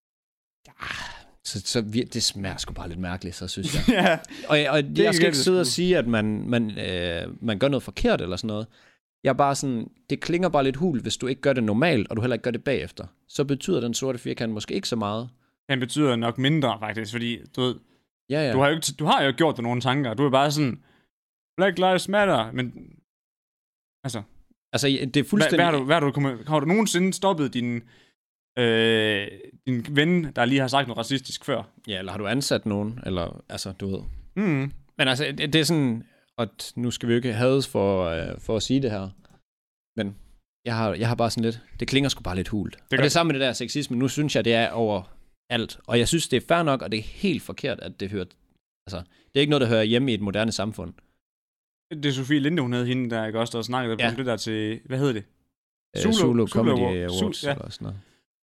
S2: Ah, Så, så vir- det smager sgu bare lidt mærkeligt, så synes jeg.
S1: Ja.
S2: Og, og
S1: kan
S2: jeg skal
S1: jeg
S2: ikke sidde og
S1: sgu.
S2: sige, at man, man, øh, man gør noget forkert eller sådan noget. Jeg er bare sådan, det klinger bare lidt hult, hvis du ikke gør det normalt, og du heller ikke gør det bagefter. Så betyder den sorte firkant måske ikke så meget.
S1: Den betyder nok mindre, faktisk, fordi, du ved,
S2: Ja, ja.
S1: du har jo, ikke, du har jo ikke gjort dig nogen tanker. Du er bare sådan, Black Lives Matter, men... Altså,
S2: Altså, det er
S1: hvad,
S2: fuldstændig...
S1: hvad har, du, hvad har, du, kommet- har du nogensinde stoppet din, øh, din ven, der lige har sagt noget racistisk før?
S2: Ja, eller har du ansat nogen, eller, altså, du ved.
S1: Mm.
S2: Men altså, det, det er sådan, og nu skal vi jo ikke hades for, øh, for at sige det her, men jeg har, jeg har bare sådan lidt, det klinger sgu bare lidt hult. Det og
S1: gør
S2: det
S1: det.
S2: samme med det der sexisme, nu synes jeg, det er over alt. Og jeg synes, det er fair nok, og det er helt forkert, at det hører, altså, det er ikke noget, der hører hjemme i et moderne samfund.
S1: Det er Sofie Linde, hun havde hende, der ikke også der snakkede
S2: Ja.
S1: om det der til, hvad hedder det?
S2: Øh,
S1: Zulu-
S2: Zulu,
S1: Zulu
S2: Comedy
S1: Award-
S2: Awards,
S1: Zulu- ja.
S2: eller sådan noget.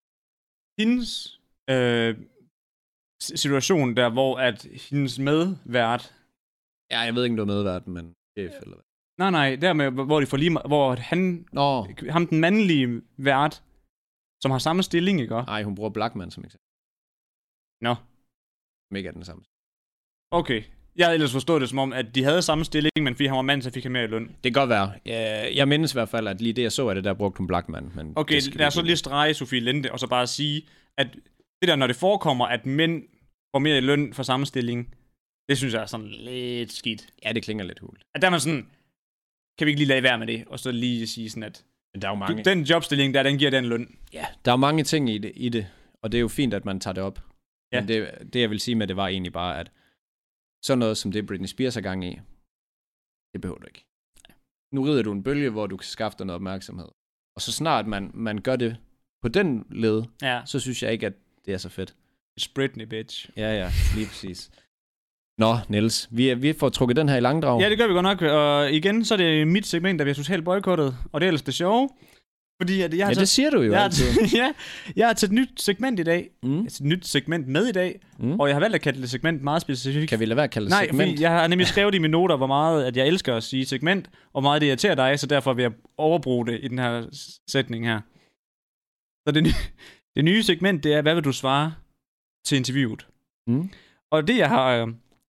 S1: Hendes øh, s- situation der, hvor at hendes medvært,
S2: Ja, jeg ved ikke, om du er medvært, men chef, eller hvad.
S1: nej nej, der med, hvor de får lige, hvor han,
S2: Nå,
S1: ham den mandlige vært, som har samme stilling, ikke?
S2: nej, hun bruger Blackman som eksempel.
S1: Nå,
S2: Som ikke er den samme.
S1: okay. Jeg havde ellers forstået det som om, at de havde samme stilling, men fordi han var mand, så fik han mere i løn.
S2: Det kan godt være. Jeg, jeg mindes i hvert fald, at lige det, jeg så af det, der brugte hun Blackman. Men
S1: Okay,
S2: det skal
S1: lad
S2: vi
S1: os så
S2: ikke-
S1: lige strege Sofie Linde, og så bare sige, at det der, når det forekommer, at mænd får mere i løn for samme stilling, det synes jeg er sådan lidt skidt.
S2: Ja, det klinger lidt hult.
S1: At der er man sådan, kan vi ikke lige lade være med det, og så lige sige sådan, at
S2: Men der er jo
S1: du,
S2: mange,
S1: den jobstilling der, den giver den løn.
S2: ja, der er mange ting i det, i det, og det er jo fint, at man tager det op.
S1: Ja.
S2: Men det, det, jeg vil sige med det, var egentlig bare, at sådan noget som det, Britney Spears er gang i, det behøver du ikke. Nu rider du en bølge, hvor du kan skaffe dig noget opmærksomhed. Og så snart man, man gør det på den led,
S1: Ja.
S2: så synes jeg ikke, at det er så fedt.
S1: It's Britney, bitch.
S2: Ja, ja, lige præcis. Nå, Niels, vi, vi får trukket den her i langdrag.
S1: Ja, det gør vi godt nok. Og igen, så er det mit segment, der bliver totalt boykottet. Og det er ellers det sjove. Fordi at jeg har
S2: ja,
S1: taget-
S2: det siger du jo
S1: jeg har,
S2: altid.
S1: ja, jeg har taget et nyt segment i dag.
S2: Mm.
S1: Et nyt segment med i dag.
S2: Mm.
S1: Og jeg har valgt at kalde det segment meget specifikt.
S2: Kan vi lade være at kalde det
S1: Nej,
S2: segment?
S1: fordi jeg har nemlig skrevet i mine noter, hvor meget at jeg elsker at sige segment, og hvor meget det irriterer dig, så derfor vil jeg overbruge det i den her s- sætning her. Så det, nye, det nye segment, det er, hvad vil du svare til interviewet?
S2: Mm.
S1: Og det, jeg har, øh,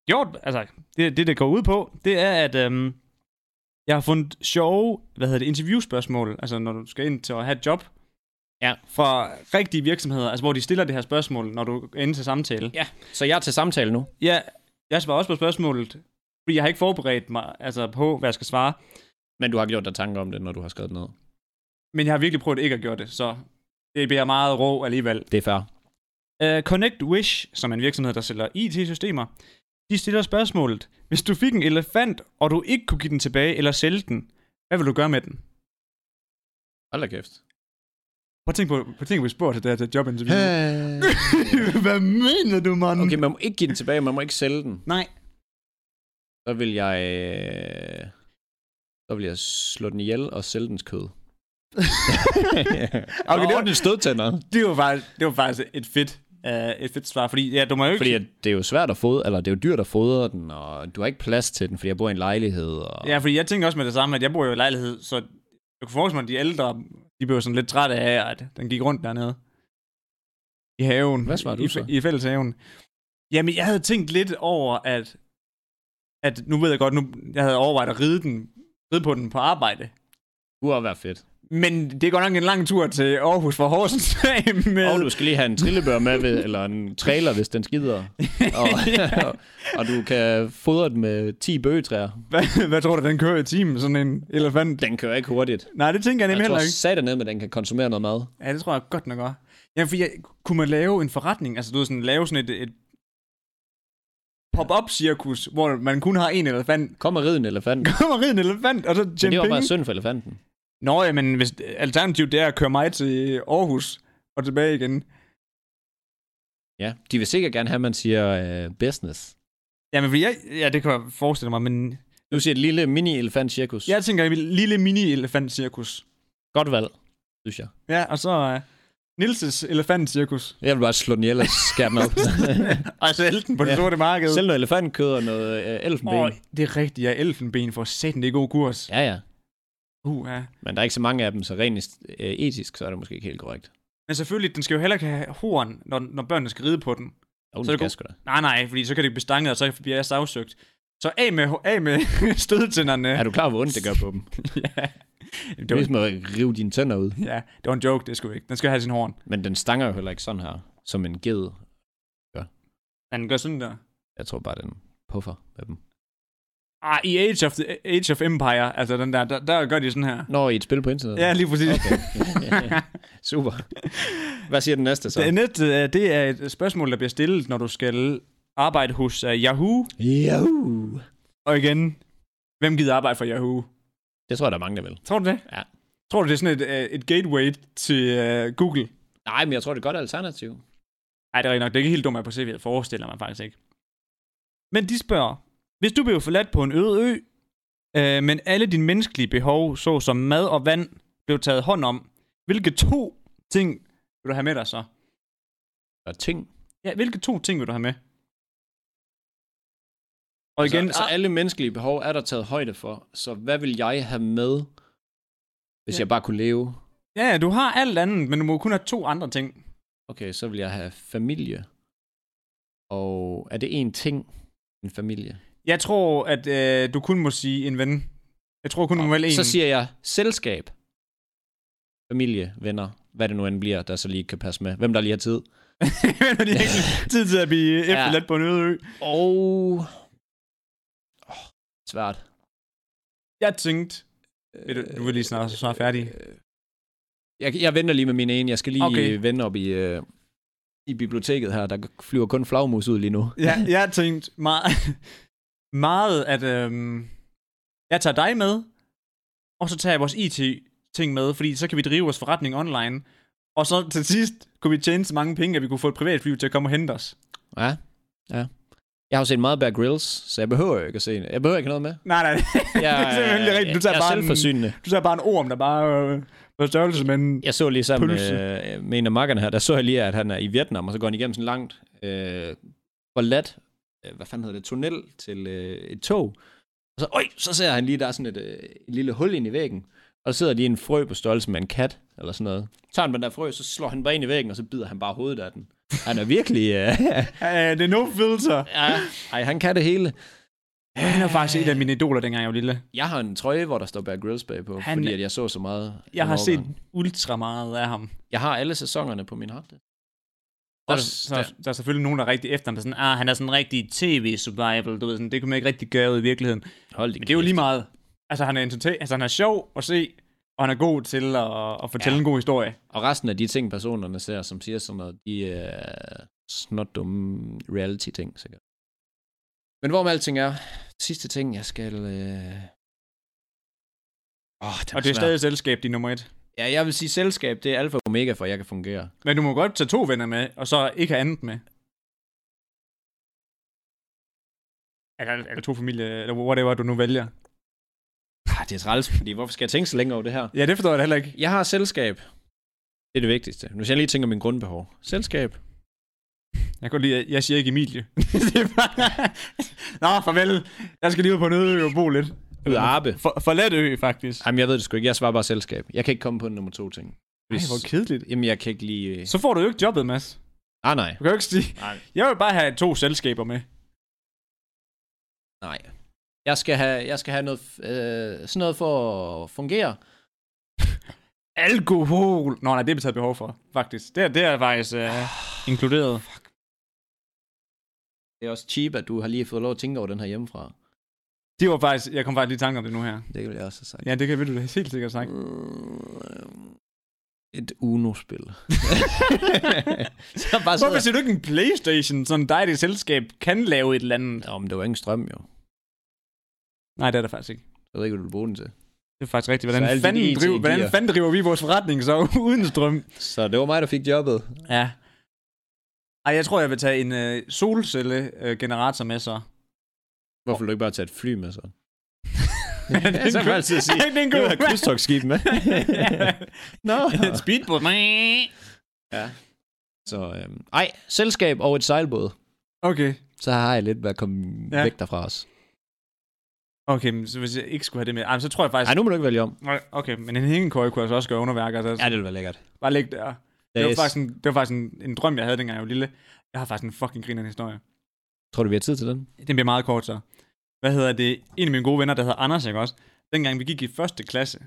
S1: gjort, altså, det, det, det går ud på, det er, at øhm, jeg har fundet sjove, hvad hedder det, interviewspørgsmål, altså når du skal ind til at have et job,
S2: Ja.
S1: fra rigtige virksomheder, altså hvor de stiller det her spørgsmål, når du er inde til samtale.
S2: Ja, så jeg er til samtale nu.
S1: Ja, jeg svarer også på spørgsmålet, fordi jeg har ikke forberedt mig altså på, hvad jeg skal svare.
S2: Men du har gjort dig tanker om det, når du har skrevet noget.
S1: Men jeg har virkelig prøvet ikke at gøre det, så det bliver meget rå alligevel.
S2: Det er fair.
S1: Uh, Connect Wish, som er en virksomhed, der sælger I T-systemer, de stiller spørgsmålet, hvis du fik en elefant, og du ikke kunne give den tilbage eller sælge den, hvad vil du gøre med den?
S2: Hold da kæft.
S1: Prøv at tænke på, prøv at tænke på, vi spurgte til det her jobinterview. Hvad mener du, mand?
S2: Okay, man må ikke give den tilbage, man må ikke sælge den.
S1: Nej.
S2: Så vil jeg... Øh... Så vil jeg slå den ihjel og sælge dens kød. Okay, det var den stødtænder.
S1: Det var faktisk, det var faktisk et fedt, uh, et fedt svar, fordi ja, du må jo ikke...
S2: Fordi at det er jo svært at fodre, eller det er jo dyrt at fodre den, og du har ikke plads til den, fordi jeg bor i en lejlighed. Og...
S1: Ja, fordi jeg tænker også med det samme, at jeg bor jo i lejlighed, så jeg kunne forestille mig, at de ældre, de blev sådan lidt trætte af, at den gik rundt dernede. I haven.
S2: Hvad svarer du
S1: I,
S2: så?
S1: I, i fælleshaven. Jamen, jeg havde tænkt lidt over, at, at nu ved jeg godt, nu jeg havde overvejet at ride, den, ride på den på arbejde.
S2: Det kunne også være fedt.
S1: Men det er godt nok en lang tur til Aarhus for Horsens. Med...
S2: Og du skal lige have en trillebør med, ved, eller en trailer, hvis den skider. Og, og, og du kan fodre den med ti bøgetræer.
S1: Hvad, hvad tror du, den kører i timen, sådan en elefant?
S2: Den kører ikke hurtigt.
S1: Nej, det tænker jeg nemlig
S2: heller ikke.
S1: Jeg
S2: tror satan ned, men den kan konsumere noget mad.
S1: Ja, det tror jeg godt nok også. Ja, for jeg, kunne man lave en forretning, altså du ved sådan, lave sådan et, et pop-up cirkus, hvor man kun har en elefant.
S2: Kom og rid en elefant.
S1: Kom og rid en elefant, og så tjene penge.
S2: Det var bare synd for elefanten.
S1: Nå ja, men hvis alternativet det er at køre mig til Aarhus og tilbage igen.
S2: Ja, de vil sikkert gerne have, at man siger uh, business.
S1: Jamen, jeg, ja, det kan jeg forestille mig, men...
S2: Du siger et lille mini-elefant-cirkus.
S1: Jeg tænker, et lille mini-elefant-cirkus.
S2: Godt valg, synes jeg.
S1: Ja, og så uh, Nilses elefant-cirkus.
S2: Jeg vil bare slå den ihjel og skære den op.
S1: Og sælge den på det ja. sorte marked.
S2: Sælge noget elefantkød og noget uh, elfenben.
S1: Åh, det er rigtigt, ja, elfenben for satan, det er god kurs.
S2: Ja, ja.
S1: Uh, ja.
S2: Men der er ikke så mange af dem, så rent uh, etisk, så er det måske ikke helt korrekt.
S1: Men selvfølgelig, den skal jo heller ikke have horn, når, når børnene skal ride på den.
S2: Jo,
S1: så
S2: det
S1: det
S2: skal
S1: go- Nej, nej, fordi så kan det blive stanget, og så bliver jeg sagsøgt. Så af med, af med stødtænderne.
S2: Er du klar, hvor ondt det gør på dem?
S1: Ja.
S2: Det er ligesom at rive dine tænder ud.
S1: Ja, det var en joke, det skulle ikke. Den skal have sin horn.
S2: Men den stanger jo heller ikke sådan her, som en ged gør.
S1: Ja, den gør sådan der.
S2: Jeg tror bare, den puffer med dem.
S1: Ah, i Age of, the, Age of Empire, altså den der, der, der gør de sådan her.
S2: Når i et spil på internet?
S1: Ja, lige præcis.
S2: Okay. Super. Hvad siger den næste så?
S1: Det næste, det er et spørgsmål, der bliver stillet, når du skal arbejde hos uh, Yahoo.
S2: Yahoo!
S1: Og igen, hvem gider arbejde for Yahoo?
S2: Det tror jeg, der er mange, der vil.
S1: Tror du det?
S2: Ja.
S1: Tror du, det er sådan et, et gateway til uh, Google?
S2: Nej, men jeg tror, det er et godt alternativ.
S1: Nej, det er nok. Det er ikke helt dumt at på C V'et. Forestiller man faktisk ikke. Men de spørger, hvis du blev forladt på en øde ø, øh, men alle dine menneskelige behov, såsom mad og vand, blev taget hånd om, hvilke to ting vil du have med dig så?
S2: Der er ting?
S1: Ja, hvilke to ting vil du have med? Og
S2: altså,
S1: igen,
S2: altså alle menneskelige behov er der taget højde for, så hvad vil jeg have med, hvis ja. jeg bare kunne leve?
S1: Ja, du har alt andet, men du må kun have to andre ting.
S2: Okay, så vil jeg have familie. Og er det en ting, en familie?
S1: Jeg tror, at øh, du kun må sige en ven. Jeg tror kun, du må vælge en.
S2: Så siger jeg selskab. Familie, venner, hvad det nu end bliver, der så lige kan passe med. Hvem der lige har tid.
S1: Hvem der lige har tid til at blive efterladt ja. på en øde ø.
S2: Og... Oh, svært.
S1: Jeg tænkte... Øh, du, du vil lige snart så snart færdig.
S2: Øh, jeg, jeg venter lige med min ene. Jeg skal lige okay. vende op i... Øh, i biblioteket her, der flyver kun flagmus ud lige nu.
S1: Ja, jeg har tænkt meget, meget at øhm, jeg tager dig med, og så tager jeg vores I T-ting med, fordi så kan vi drive vores forretning online, og så til sidst kunne vi tjene så mange penge, at vi kunne få et privatfly til at komme og hente os.
S2: Ja, ja. Jeg har jo set meget Bear Grylls, så jeg behøver ikke at se Jeg behøver ikke noget med.
S1: Nej, nej.
S2: Jeg,
S1: det er simpelthen rigtigt. Du tager
S2: jeg er
S1: bare
S2: selvforsynende.
S1: En, du tager bare en orm, der bare øh, på størrelse med en
S2: Jeg så lige sammen med, med en af makkerne her, der så jeg lige, at han er i Vietnam, og så går han igennem sådan langt øh, forladt, øh, hvad fanden hedder det, tunnel til øh, et tog. Og så, øj, så ser han lige, der er sådan et, øh, et lille hul ind i væggen, og så sidder lige en frø på størrelse med en kat, eller sådan noget. Så tager han den der frø, så slår han bare ind i væggen, og så bider han bare hovedet af den. Han er virkelig... Uh...
S1: uh, det er no filter.
S2: Ja. Ej, han kan det hele.
S1: Han er faktisk et af mine idoler, dengang jeg var lille.
S2: Jeg har en trøje, hvor der står Bear Grylls bag på, han... fordi at jeg så så meget.
S1: Jeg har set ultra meget af ham.
S2: Jeg har alle sæsonerne på min harddisk.
S1: Der, der, der, der er selvfølgelig nogen, der er rigtig efter ham, der er sådan, ah, han er sådan en rigtig tv-survival, du ved, sådan, det kunne man ikke rigtig gøre ud i virkeligheden.
S2: Hold
S1: Men det er jo lige meget. Altså, han er, entertain- altså, han er sjov at se, og han er god til at, at fortælle ja. en god historie.
S2: Og resten af de ting, personerne ser, som siger sådan noget, de er snot dumme reality-ting, sikkert. Men hvorom alting er, sidste ting, jeg skal... Øh... Oh, det
S1: og det er stadig selskab, din nummer et.
S2: Ja, jeg vil sige selskab, det er alfa og omega, for at jeg kan fungere.
S1: Men du må godt tage to venner med, og så ikke have andet med. Eller, eller to familier, eller whatever du nu vælger.
S2: Ah, det er træls, fordi hvorfor skal jeg tænke så længe over det her?
S1: Ja, det forstår jeg heller ikke.
S2: Jeg har selskab. Det er det vigtigste. Nu skal jeg lige tænke om min grundbehov. Selskab.
S1: Jeg kan lige, jeg siger ikke Emilie. Nå, farvel. Jeg skal lige ud på en øde og bo lidt.
S2: Ud af Arbe.
S1: For, for let ø, faktisk.
S2: Jamen, jeg ved det sgu ikke. Jeg svarer bare selskab. Jeg kan ikke komme på en nummer to ting.
S1: Hvis... Ej, hvor kedeligt.
S2: Jamen, jeg kan ikke lige...
S1: Så får du jo ikke jobbet, Mads.
S2: Ah, nej.
S1: Du kan jo ikke sige...
S2: Nej.
S1: Jeg vil bare have to selskaber med.
S2: Nej. Jeg skal have, jeg skal have noget, øh, sådan noget for at fungere.
S1: Alkohol. Nå, nej, det er betaget behov for, faktisk. Det er, det er faktisk øh, inkluderet.
S2: Fuck. Det er også cheap, at du har lige fået lov at tænke over den her hjemmefra.
S1: Det var faktisk, jeg kom faktisk lige i tanke om det nu her.
S2: Det kan jeg også have sagt.
S1: Ja, det kan du da helt sikkert sagt.
S2: Et Uno-spil.
S1: Så bare hvorfor siger du ikke en PlayStation, sådan dig det selskab kan lave et eller andet?
S2: Ja, men det var ingen strøm, jo.
S1: Nej, det er der faktisk ikke.
S2: Jeg ved ikke, hvad du vil bruge den til.
S1: Det er faktisk rigtigt. Hvordan fanden, driver, hvordan fanden driver vi vores forretning så uden strøm?
S2: Så det var mig, der fik jobbet.
S1: Ja. Ej, jeg tror, jeg vil tage en øh, solcelle-generator øh, med så.
S2: Hvorfor vil du ikke bare tage et fly med så?
S1: Ja, det er så kan altid sige.
S2: Det er en god. Jeg vil have krydstogtskib med.
S1: Nå. Et speedboat.
S2: Ja. Så, øhm, ej, selskab og et sejlbåd.
S1: Okay.
S2: Så har jeg lidt ved at komme ja. væk derfra os.
S1: Okay, men så hvis jeg ikke skulle have det med... Ej, så tror jeg faktisk...
S2: Ej, nu må du ikke vælge om.
S1: Okay, men en hængekøje kunne jeg så også gøre underværker. Altså,
S2: ja, det ville være lækkert.
S1: Bare ligge der. Det var, faktisk en, det var faktisk en, en drøm, jeg havde, dengang jeg var lille. Jeg har faktisk en fucking grinerende historie.
S2: Tror du, vi har tid til den?
S1: Den bliver meget kort, så. Hvad hedder det? En af mine gode venner, der hedder Anders, ikke også? Dengang vi gik i første klasse,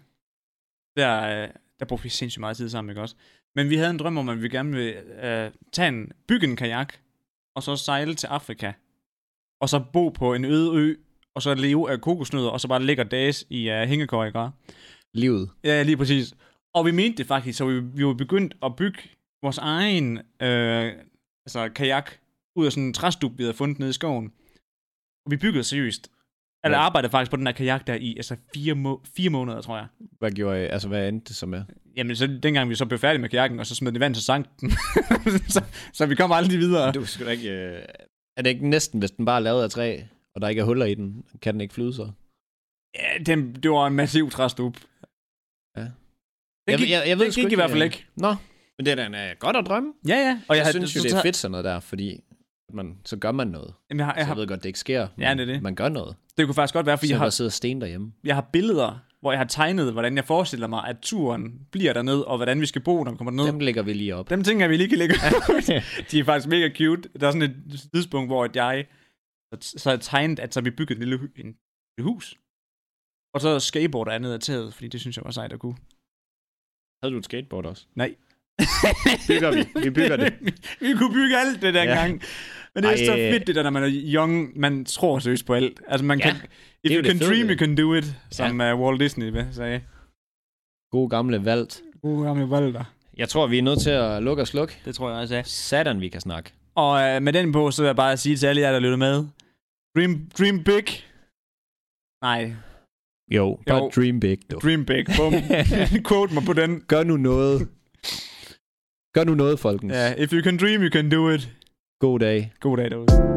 S1: der, der brugte vi sindssygt meget tid sammen, ikke også? Men vi havde en drøm om, at vi gerne ville uh, tage en, bygge en kajak, og så sejle til Afrika. Og så bo på en øde ø, og så leve af kokosnødder, og så bare ligge og dages i uh, hængekøj, ikke?
S2: Livet.
S1: Ja, lige præcis. Og vi mente det faktisk, så vi, vi var begyndt at bygge vores egen øh, altså kajak ud af sådan en træstup, vi havde fundet nede i skoven. Og vi byggede seriøst. Eller ja. arbejdede faktisk på den her kajak der i altså fire, må- fire måneder, tror jeg.
S2: Hvad gjorde I? Altså, hvad endte det så med?
S1: Jamen, så dengang vi så blev færdige med kajakken, og så smed den i vand, så sank den. så, så vi kom aldrig videre.
S2: Du skal da ikke... Øh... Er det ikke næsten, hvis den bare er lavet af træ, og der ikke er huller i den, kan den ikke flyde så?
S1: Ja, den, det var en massiv træstup.
S2: Ja.
S1: Den gik, jeg, jeg, jeg ved den gik ikke, i hvert fald ikke.
S2: Nå, men det er da godt at drømme.
S1: Ja, ja.
S2: Og jeg, jeg synes jo, det er fedt sådan noget der, fordi man, så gør man noget.
S1: Jamen, jeg, har, jeg,
S2: så jeg ved godt, det ikke sker, men
S1: ja, det er det.
S2: Man gør noget.
S1: Det kunne faktisk godt være, fordi
S2: så
S1: jeg har...
S2: Så sidder sten derhjemme.
S1: Jeg har billeder, hvor jeg har tegnet, hvordan jeg forestiller mig, at turen bliver derned, og hvordan vi skal bo, når vi kommer derned.
S2: Dem lægger vi lige op.
S1: Dem tænker jeg, vi lige kan lægge op. De er faktisk mega cute. Der er sådan et tidspunkt, hvor jeg så har jeg tegnet, at så vi bygget et lille, hu- en lille hus. Og så skateboard og andet af taget, fordi det synes jeg var sejt at kunne.
S2: Havde du et skateboard også?
S1: Nej.
S2: bygger vi. Vi bygger det.
S1: Vi kunne bygge alt det der
S2: ja.
S1: gang. Men det er Ej, så fedt, det der, når man er young, man tror seriøst på alt. Altså man ja, kan, if you can dream, you can do it, som ja. uh, Walt Disney sagde.
S2: God gamle Walt.
S1: God gamle Walter.
S2: Jeg tror, vi er nødt til at lukke og slukke.
S1: Det tror jeg også, ja.
S2: Satan, vi kan snakke.
S1: Og uh, med den på, så vil jeg bare sige til alle jer, der lytter med. Dream, dream big. Nej.
S2: Jo, bare jo. Dream big. Dog.
S1: Dream big. Bum. Quote mig på den.
S2: Gør nu noget. Gør nu noget, folkens.
S1: Ja, yeah, if you can dream, you can do it.
S2: God dag.
S1: God dag derude.